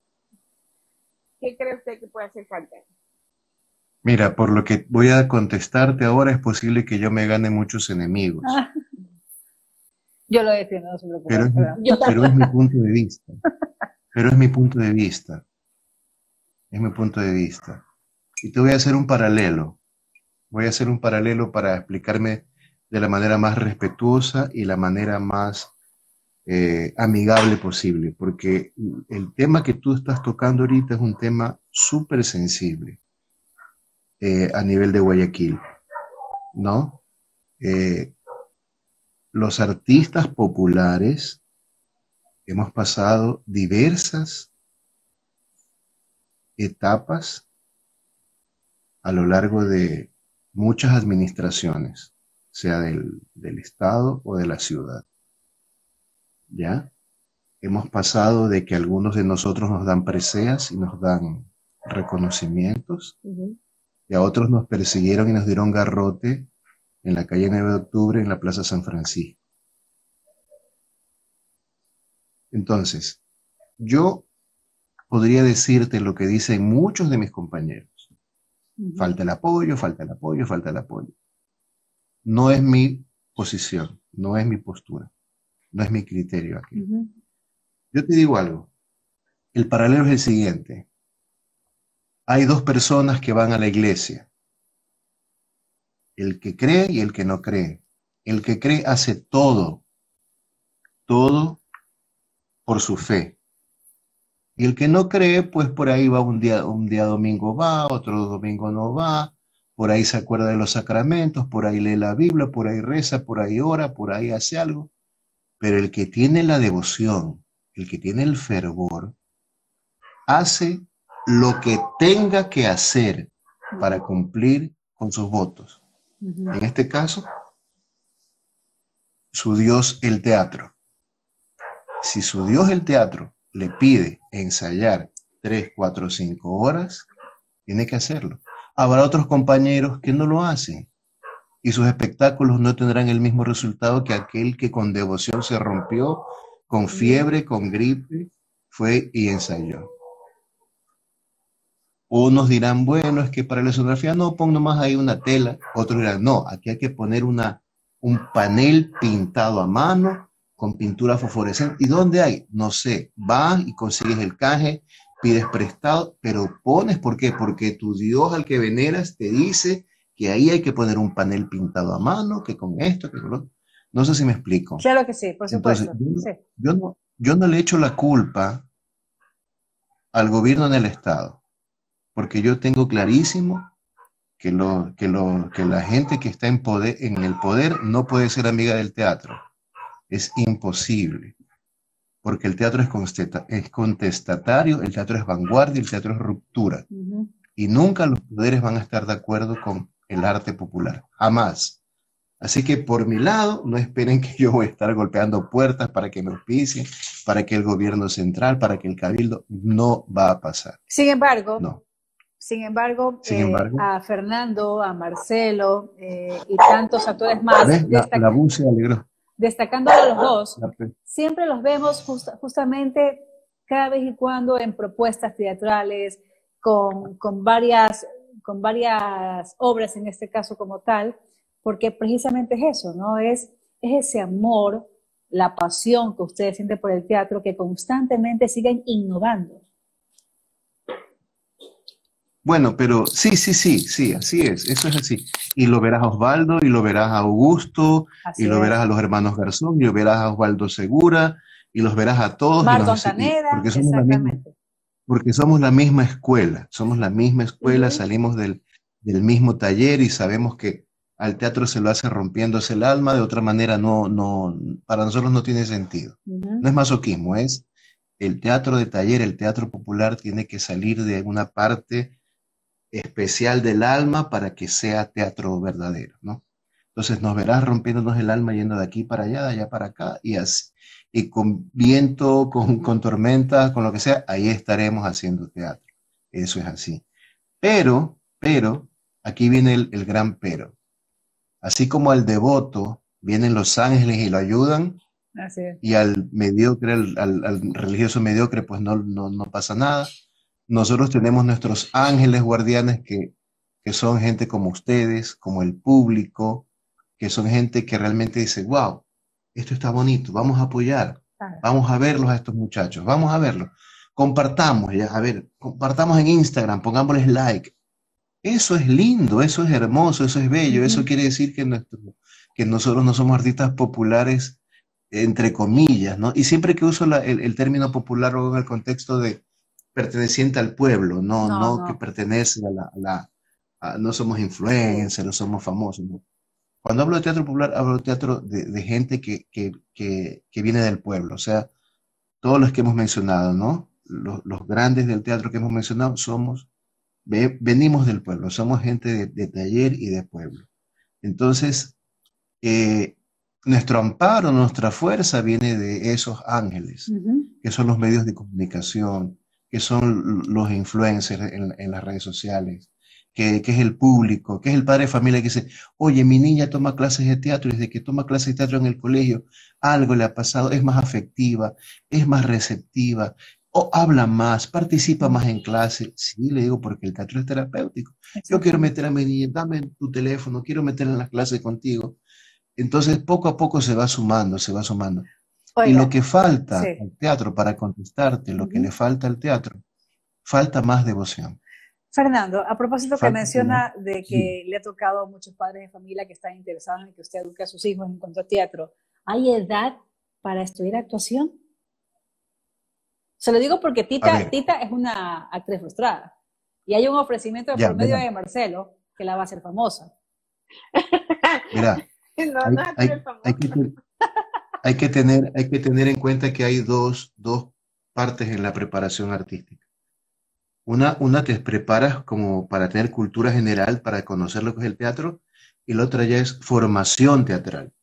qué cree usted que puede hacer falta? Mira, por lo que voy a contestarte ahora, es posible que yo me gane muchos enemigos, Yo lo defiendo, no se preocupe. pero Yo pero es mi también. punto de vista. Pero es mi punto de vista. Es mi punto de vista. Y te voy a hacer un paralelo. Voy a hacer un paralelo para explicarme de la manera más respetuosa y la manera más amigable posible, porque el tema que tú estás tocando ahorita es un tema súper sensible a nivel de Guayaquil, ¿no? Eh, los artistas populares hemos pasado diversas etapas a lo largo de muchas administraciones, sea del Estado o de la ciudad, ¿ya? Hemos pasado de que algunos de nosotros nos dan preseas y nos dan reconocimientos, y a otros nos persiguieron y nos dieron garrote en la calle 9 de Octubre, en la Plaza San Francisco. Entonces, yo podría decirte lo que dicen muchos de mis compañeros. Falta el apoyo, falta el apoyo, falta el apoyo. No es mi posición, no es mi postura, no es mi criterio aquí. Yo te digo algo, el paralelo es el siguiente. Hay dos personas que van a la iglesia, el que cree y el que no cree. El que cree hace todo por su fe. Y el que no cree, pues por ahí va un día domingo va, otro domingo no va, por ahí se acuerda de los sacramentos, por ahí lee la Biblia, por ahí reza, por ahí ora, por ahí hace algo. Pero el que tiene la devoción, el que tiene el fervor, hace lo que tenga que hacer para cumplir con sus votos. En este caso, su Dios el teatro. Si su Dios el teatro le pide ensayar 3, 4, 5 horas, tiene que hacerlo. Habrá otros compañeros que no lo hacen y sus espectáculos no tendrán el mismo resultado que aquel que con devoción se rompió, con fiebre, con gripe, fue y ensayó. Unos dirán, bueno, es que para la escenografía no, pon nomás ahí una tela. Otros dirán, no, aquí hay que poner un panel pintado a mano con pintura fosforescente. ¿Y dónde hay? No sé. Vas y consigues el canje, pides prestado, pero pones, ¿por qué? Porque tu Dios al que veneras te dice que ahí hay que poner un panel pintado a mano, que con esto, que con lo otro. No sé si me explico. Claro que sí, por supuesto. Entonces, yo no le echo la culpa al gobierno del Estado, porque yo tengo clarísimo que la gente que está en el poder no puede ser amiga del teatro. Es imposible, porque el teatro es contestatario, el teatro es vanguardia, el teatro es ruptura. Y nunca los poderes van a estar de acuerdo con el arte popular, jamás. Así que por mi lado, no esperen que yo voy a estar golpeando puertas para que me auspicien, para que el gobierno central, para que el cabildo, no va a pasar. Sin embargo, no. Sin embargo, Sin embargo, a Fernando, a Marcelo y tantos actores más, la voz se alegró. Destacando a los dos, siempre los vemos justamente cada vez y cuando en propuestas teatrales, con varias obras en este caso como tal, porque precisamente es eso, ¿no? Es ese amor, la pasión que ustedes sienten por el teatro, que constantemente siguen innovando. Bueno, pero sí, así es, eso es así. Y lo verás a Osvaldo, y lo verás a Augusto, así y lo verás a los hermanos Garzón, y lo verás a Osvaldo Segura, y los verás a todos. Marco Antaneda, porque somos la misma escuela, salimos del mismo taller y sabemos que al teatro se lo hace rompiéndose el alma, de otra manera para nosotros no tiene sentido. No es masoquismo, es el teatro de taller, el teatro popular tiene que salir de una parte especial del alma para que sea teatro verdadero, ¿no? Entonces nos verás rompiéndonos el alma yendo de aquí para allá, de allá para acá, y así. Y con viento, con tormentas, con lo que sea, ahí estaremos haciendo teatro. Eso es así. Pero, aquí viene el gran pero. Así como al devoto vienen los ángeles y lo ayudan, así es. Y al mediocre, al religioso mediocre, pues no pasa nada. Nosotros tenemos nuestros ángeles guardianes que son gente como ustedes, como el público, que son gente que realmente dice, wow, esto está bonito, vamos a apoyar, vamos a verlos a estos muchachos, vamos a verlos. Compartamos, compartamos en Instagram, pongámosles like. Eso es lindo, eso es hermoso, eso es bello, eso quiere decir que nosotros no somos artistas populares, entre comillas, ¿no? Y siempre que uso el término popular lo hago en el contexto de perteneciente al pueblo, no que pertenece no somos influencers, no somos famosos, ¿no? Cuando hablo de teatro popular, hablo de teatro de gente que viene del pueblo, o sea, todos los que hemos mencionado, ¿no? Los grandes del teatro que hemos mencionado venimos del pueblo, somos gente de taller y de pueblo. Entonces, nuestro amparo, nuestra fuerza viene de esos ángeles, que son los medios de comunicación, que son los influencers en las redes sociales, que es el público, que es el padre de familia que dice, oye, mi niña toma clases de teatro, y desde que toma clases de teatro en el colegio, algo le ha pasado, es más afectiva, es más receptiva, o habla más, participa más en clase. Sí, le digo, porque el teatro es terapéutico. Yo quiero meter a mi niña, dame tu teléfono, quiero meterla en las clases contigo. Entonces, poco a poco se va sumando. Oiga, y lo que falta al teatro, para contestarte, lo que le falta al teatro, falta más devoción. Fernando, a propósito que menciona de que le ha tocado a muchos padres de familia que están interesados en que usted eduque a sus hijos en cuanto a teatro, ¿hay edad para estudiar actuación? Se lo digo porque Tita es una actriz frustrada y hay un ofrecimiento por medio de Marcelo que la va a hacer famosa. Mira, hay que tener en cuenta que hay dos partes en la preparación artística. Una te preparas como para tener cultura general, para conocer lo que es el teatro, y la otra ya es formación teatral.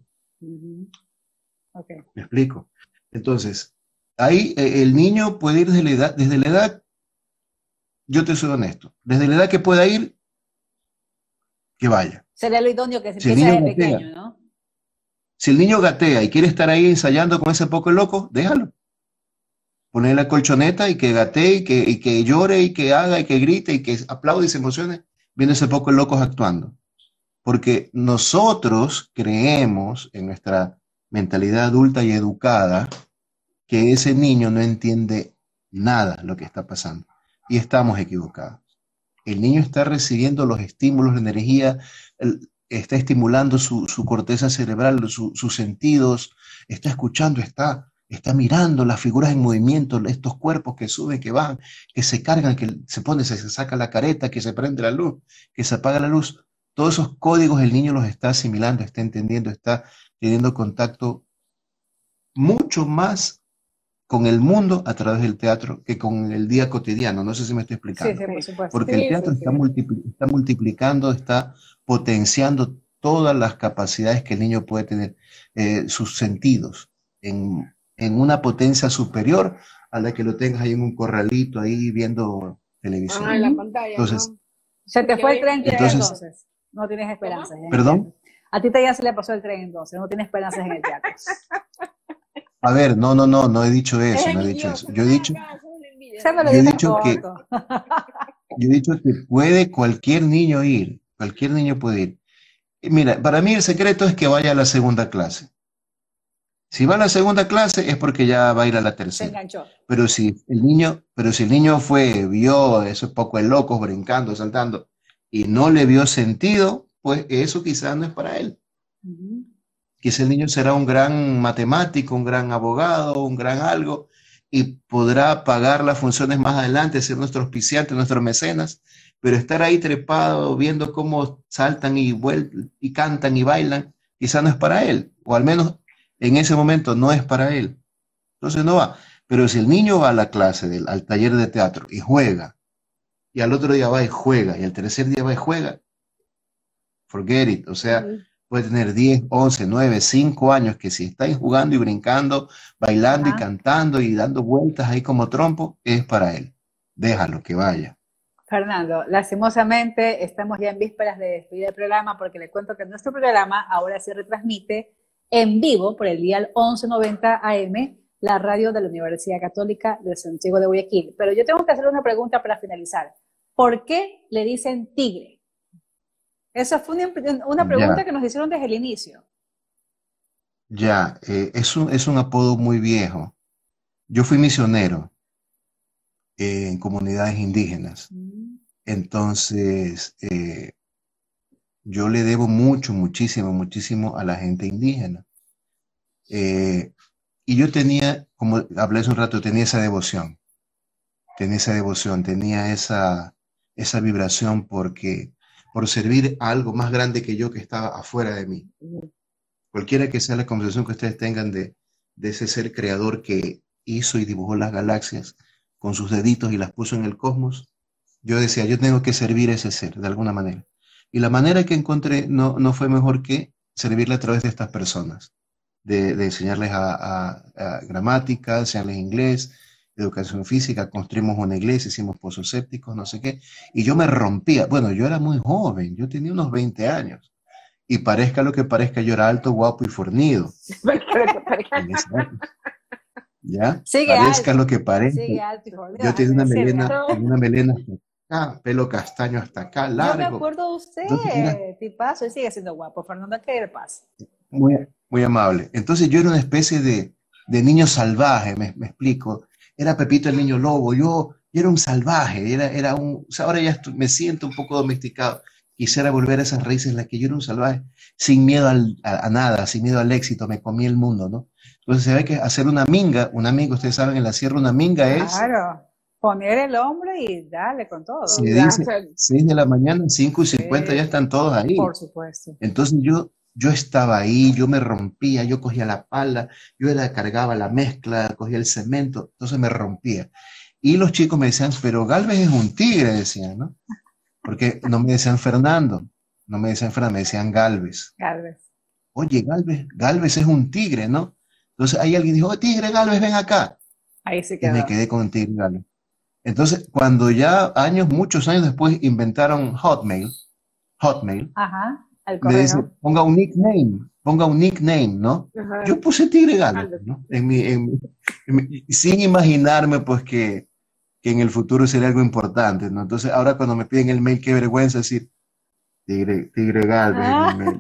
Okay. ¿Me explico? Entonces, ahí el niño puede ir desde la edad, yo te soy honesto, desde la edad que pueda ir, que vaya. Sería lo idóneo que se empiece desde pequeño, ¿no? Si el niño gatea y quiere estar ahí ensayando con ese poco loco, déjalo. Poner la colchoneta y que gatee y que llore y que haga y que grite y que aplaude y se emocione viendo ese poco locos actuando. Porque nosotros creemos en nuestra mentalidad adulta y educada que ese niño no entiende nada lo que está pasando. Y estamos equivocados. El niño está recibiendo los estímulos, la energía, está estimulando su corteza cerebral, sus sentidos, está escuchando, está mirando las figuras en movimiento, estos cuerpos que suben, que bajan, que se cargan, que se saca la careta, que se prende la luz, que se apaga la luz. Todos esos códigos el niño los está asimilando, está entendiendo, está teniendo contacto mucho más con el mundo a través del teatro que con el día cotidiano. No sé si me estoy explicando. Sí, por supuesto. Porque el teatro está multiplicando, está potenciando todas las capacidades que el niño puede tener, sus sentidos, en una potencia superior a la que lo tengas ahí en un corralito, ahí viendo televisión. En la pantalla, entonces, ¿no? Se te fue el tren entonces, no tienes esperanzas. ¿perdón? A ti ya se le pasó el tren entonces, no tienes esperanzas en el teatro. A ver, no he dicho eso, no he dicho eso. Yo he dicho que puede cualquier niño ir, cualquier niño puede ir. Y mira, para mí el secreto es que vaya a la segunda clase. Si va a la segunda clase es porque ya va a ir a la Se tercera. enganchó. Pero si el niño vio esos pocos locos brincando, saltando y no le vio sentido, pues eso quizás no es para él. Ujú. Quizás el niño será un gran matemático, un gran abogado, un gran algo, y podrá pagar las funciones más adelante, ser nuestro auspiciante, nuestro mecenas, pero estar ahí trepado, viendo cómo saltan y vuelven, y cantan y bailan, quizás no es para él, o al menos en ese momento no es para él. Entonces no va. Pero si el niño va a la clase, al taller de teatro y juega, y al otro día va y juega, y al tercer día va y juega, forget it. O sea, puede tener 10, 11, 9, 5 años, que si está ahí jugando y brincando, bailando y cantando y dando vueltas ahí como trompo, es para él. Déjalo que vaya. Fernando, lastimosamente estamos ya en vísperas de despedir el programa porque le cuento que nuestro programa ahora se retransmite en vivo por el dial 1190 AM, la radio de la Universidad Católica de Santiago de Guayaquil. Pero yo tengo que hacer una pregunta para finalizar. ¿Por qué le dicen tigre? Esa fue una pregunta que nos hicieron desde el inicio. Es un apodo muy viejo. Yo fui misionero en comunidades indígenas. Entonces, yo le debo muchísimo a la gente indígena. Y yo tenía, como hablé hace un rato, tenía esa devoción, tenía esa vibración por servir a algo más grande que yo que estaba afuera de mí. Cualquiera que sea la conversación que ustedes tengan de ese ser creador que hizo y dibujó las galaxias con sus deditos y las puso en el cosmos, yo decía, yo tengo que servir a ese ser de alguna manera. Y la manera que encontré no fue mejor que servirle a través de estas personas, de enseñarles a gramática, enseñarles inglés, educación física, construimos una iglesia, hicimos pozos sépticos, no sé qué, y yo me rompía. Bueno, yo era muy joven, yo tenía unos 20 años, y parezca lo que parezca, yo era alto, guapo y fornido. ¿Ya? Sigue parezca alto, lo que parezca. sigue alto y fornido. Yo tenía una melena hasta acá, pelo castaño hasta acá, largo. Yo me acuerdo de usted, Entonces, tipazo, y sigue siendo guapo. Fernando, ¿qué le pasa? Muy amable. Entonces yo era una especie de niño salvaje, me explico. Era Pepito el niño lobo, yo era un salvaje, o sea, ahora ya me siento un poco domesticado. Quisiera volver a esas raíces en las que yo era un salvaje, sin miedo a nada, sin miedo al éxito, me comí el mundo, ¿no? Entonces se ve que hacer una minga, ustedes saben, en la sierra una minga es... Claro, poner el hombro y darle con todo. Se dice 6 de la mañana, 5:50 ya están todos ahí. Por supuesto. Entonces yo estaba ahí, yo me rompía, yo cogía la pala, yo cargaba la mezcla, cogía el cemento, entonces me rompía. Y los chicos me decían, pero Galvez es un tigre, decían, ¿no? Porque no me decían Fernando, me decían Galvez. Oye, Galvez es un tigre, ¿no? Entonces ahí alguien dijo, oh, tigre Galvez, ven acá. Ahí se quedó. Y me quedé con el tigre Galvez. Entonces, cuando ya muchos años después inventaron Hotmail, ajá, me dice, ponga un nickname, ¿no? Ajá. Yo puse Tigre Galvez, ¿no? Sin imaginarme, pues, que en el futuro sería algo importante, ¿no? Entonces, ahora cuando me piden el mail, qué vergüenza decir Tigre Galvez.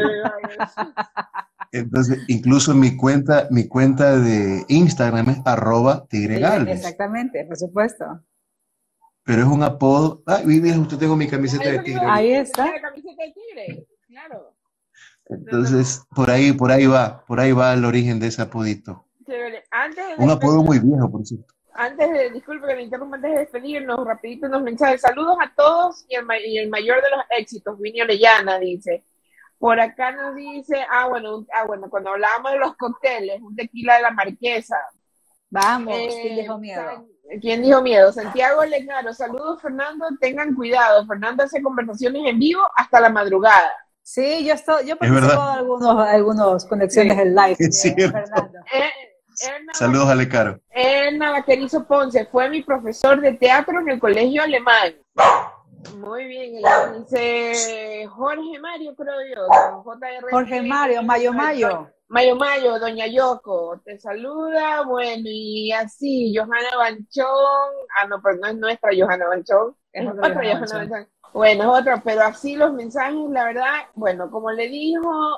Entonces, incluso mi cuenta de Instagram es @Tigre Galvez. Exactamente, por supuesto. Pero es un apodo. Ay, mira, usted tengo mi camiseta de tigre. Ahí está. La camiseta de tigre, claro. Entonces, por ahí va el origen de ese apodito. Un apodo muy viejo, por cierto. Disculpe que me interrumpa, antes de despedirnos, rapidito unos mensajes. Saludos a todos y el mayor de los éxitos, Vinio Orellana, dice. Por acá nos dice, bueno, cuando hablábamos de los cócteles, un tequila de la Marquesa. Vamos, ¿quién dijo miedo? ¿Quién dijo miedo? Santiago Legaro, saludos Fernando, tengan cuidado, Fernando hace conversaciones en vivo hasta la madrugada. Sí, yo Es participo verdad. de algunas conexiones Sí. del live, Es cierto. Fernando. Edna, Saludos a Lecaro. Edna Vaquerizo Ponce fue mi profesor de teatro en el colegio alemán. Muy bien, y dice Jorge Mario, creo yo, JR. Jorge Mario, Mayo. Mayo, Doña Yoko, te saluda, bueno, y así, Johanna Banchón, no, pero no es nuestra Johanna Banchón, es otra otra Johanna Johanna Banchón. Banchón. Bueno, es otra, pero así los mensajes, la verdad, bueno, como le dijo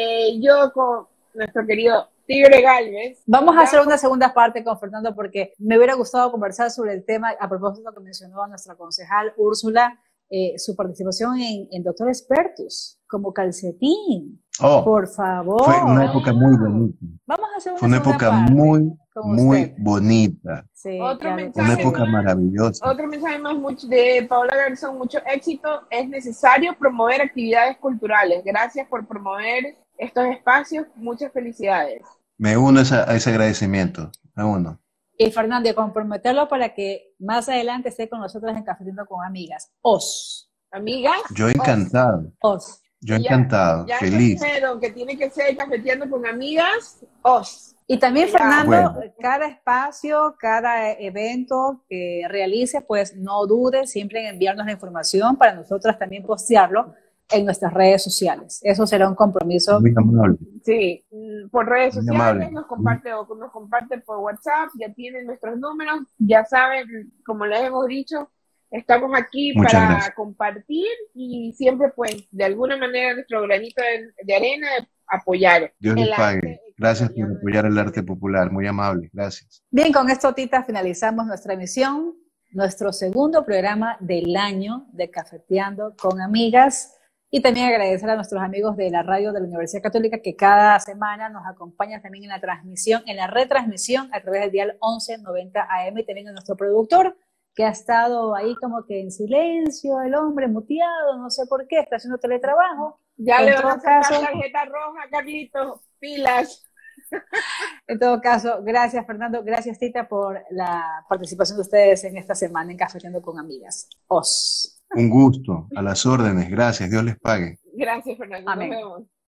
Yoko, nuestro querido Tigre Galvez. Vamos a hacer una segunda parte con Fernando porque me hubiera gustado conversar sobre el tema a propósito de lo que mencionó nuestra concejal Úrsula, su participación en Doctor Expertus como calcetín. Por favor. Fue una época muy bonita. Vamos a hacer una Fue una época parte muy bonita. Sí, otro claro, mensaje una época más, maravillosa. Otro mensaje más de Paola Garzón, mucho éxito. Es necesario promover actividades culturales. Gracias por promover estos espacios. Muchas felicidades. Me uno a ese agradecimiento. Me uno. Y Fernando, comprometerlo para que más adelante esté con nosotros en Cafeteando con Amigas. Amigas. Yo encantado. Yo encantado, ya feliz. Ya dijeron que tiene que ser Cafeteando con Amigas. Y también, Fernando, bueno, cada espacio, cada evento que realice, pues no dude siempre en enviarnos la información para nosotras también postearlo en nuestras redes sociales. Eso será un compromiso. Muy amable. Sí, por redes Muy sociales, amable. nos comparte por WhatsApp, ya tienen nuestros números, ya saben, como les hemos dicho, estamos aquí para compartir y siempre, pues, de alguna manera nuestro granito de arena apoyar. Dios les pague. Gracias por apoyar el arte popular. Muy amable. Gracias. Bien, con esto, Tita, finalizamos nuestra emisión, nuestro segundo programa del año de Cafeteando con Amigas. Y también agradecer a nuestros amigos de la radio de la Universidad Católica que cada semana nos acompañan también en la transmisión, en la retransmisión a través del dial 1190 AM. Y también a nuestro productor que ha estado ahí como que en silencio, el hombre muteado, no sé por qué, está haciendo teletrabajo. Ya le van a sacar tarjeta roja, Carlitos, pilas. En todo caso, gracias Fernando, gracias Tita por la participación de ustedes en esta semana en Cafeteando con Amigas. Un gusto, a las órdenes, gracias, Dios les pague. Gracias Fernando, amén. Nos vemos.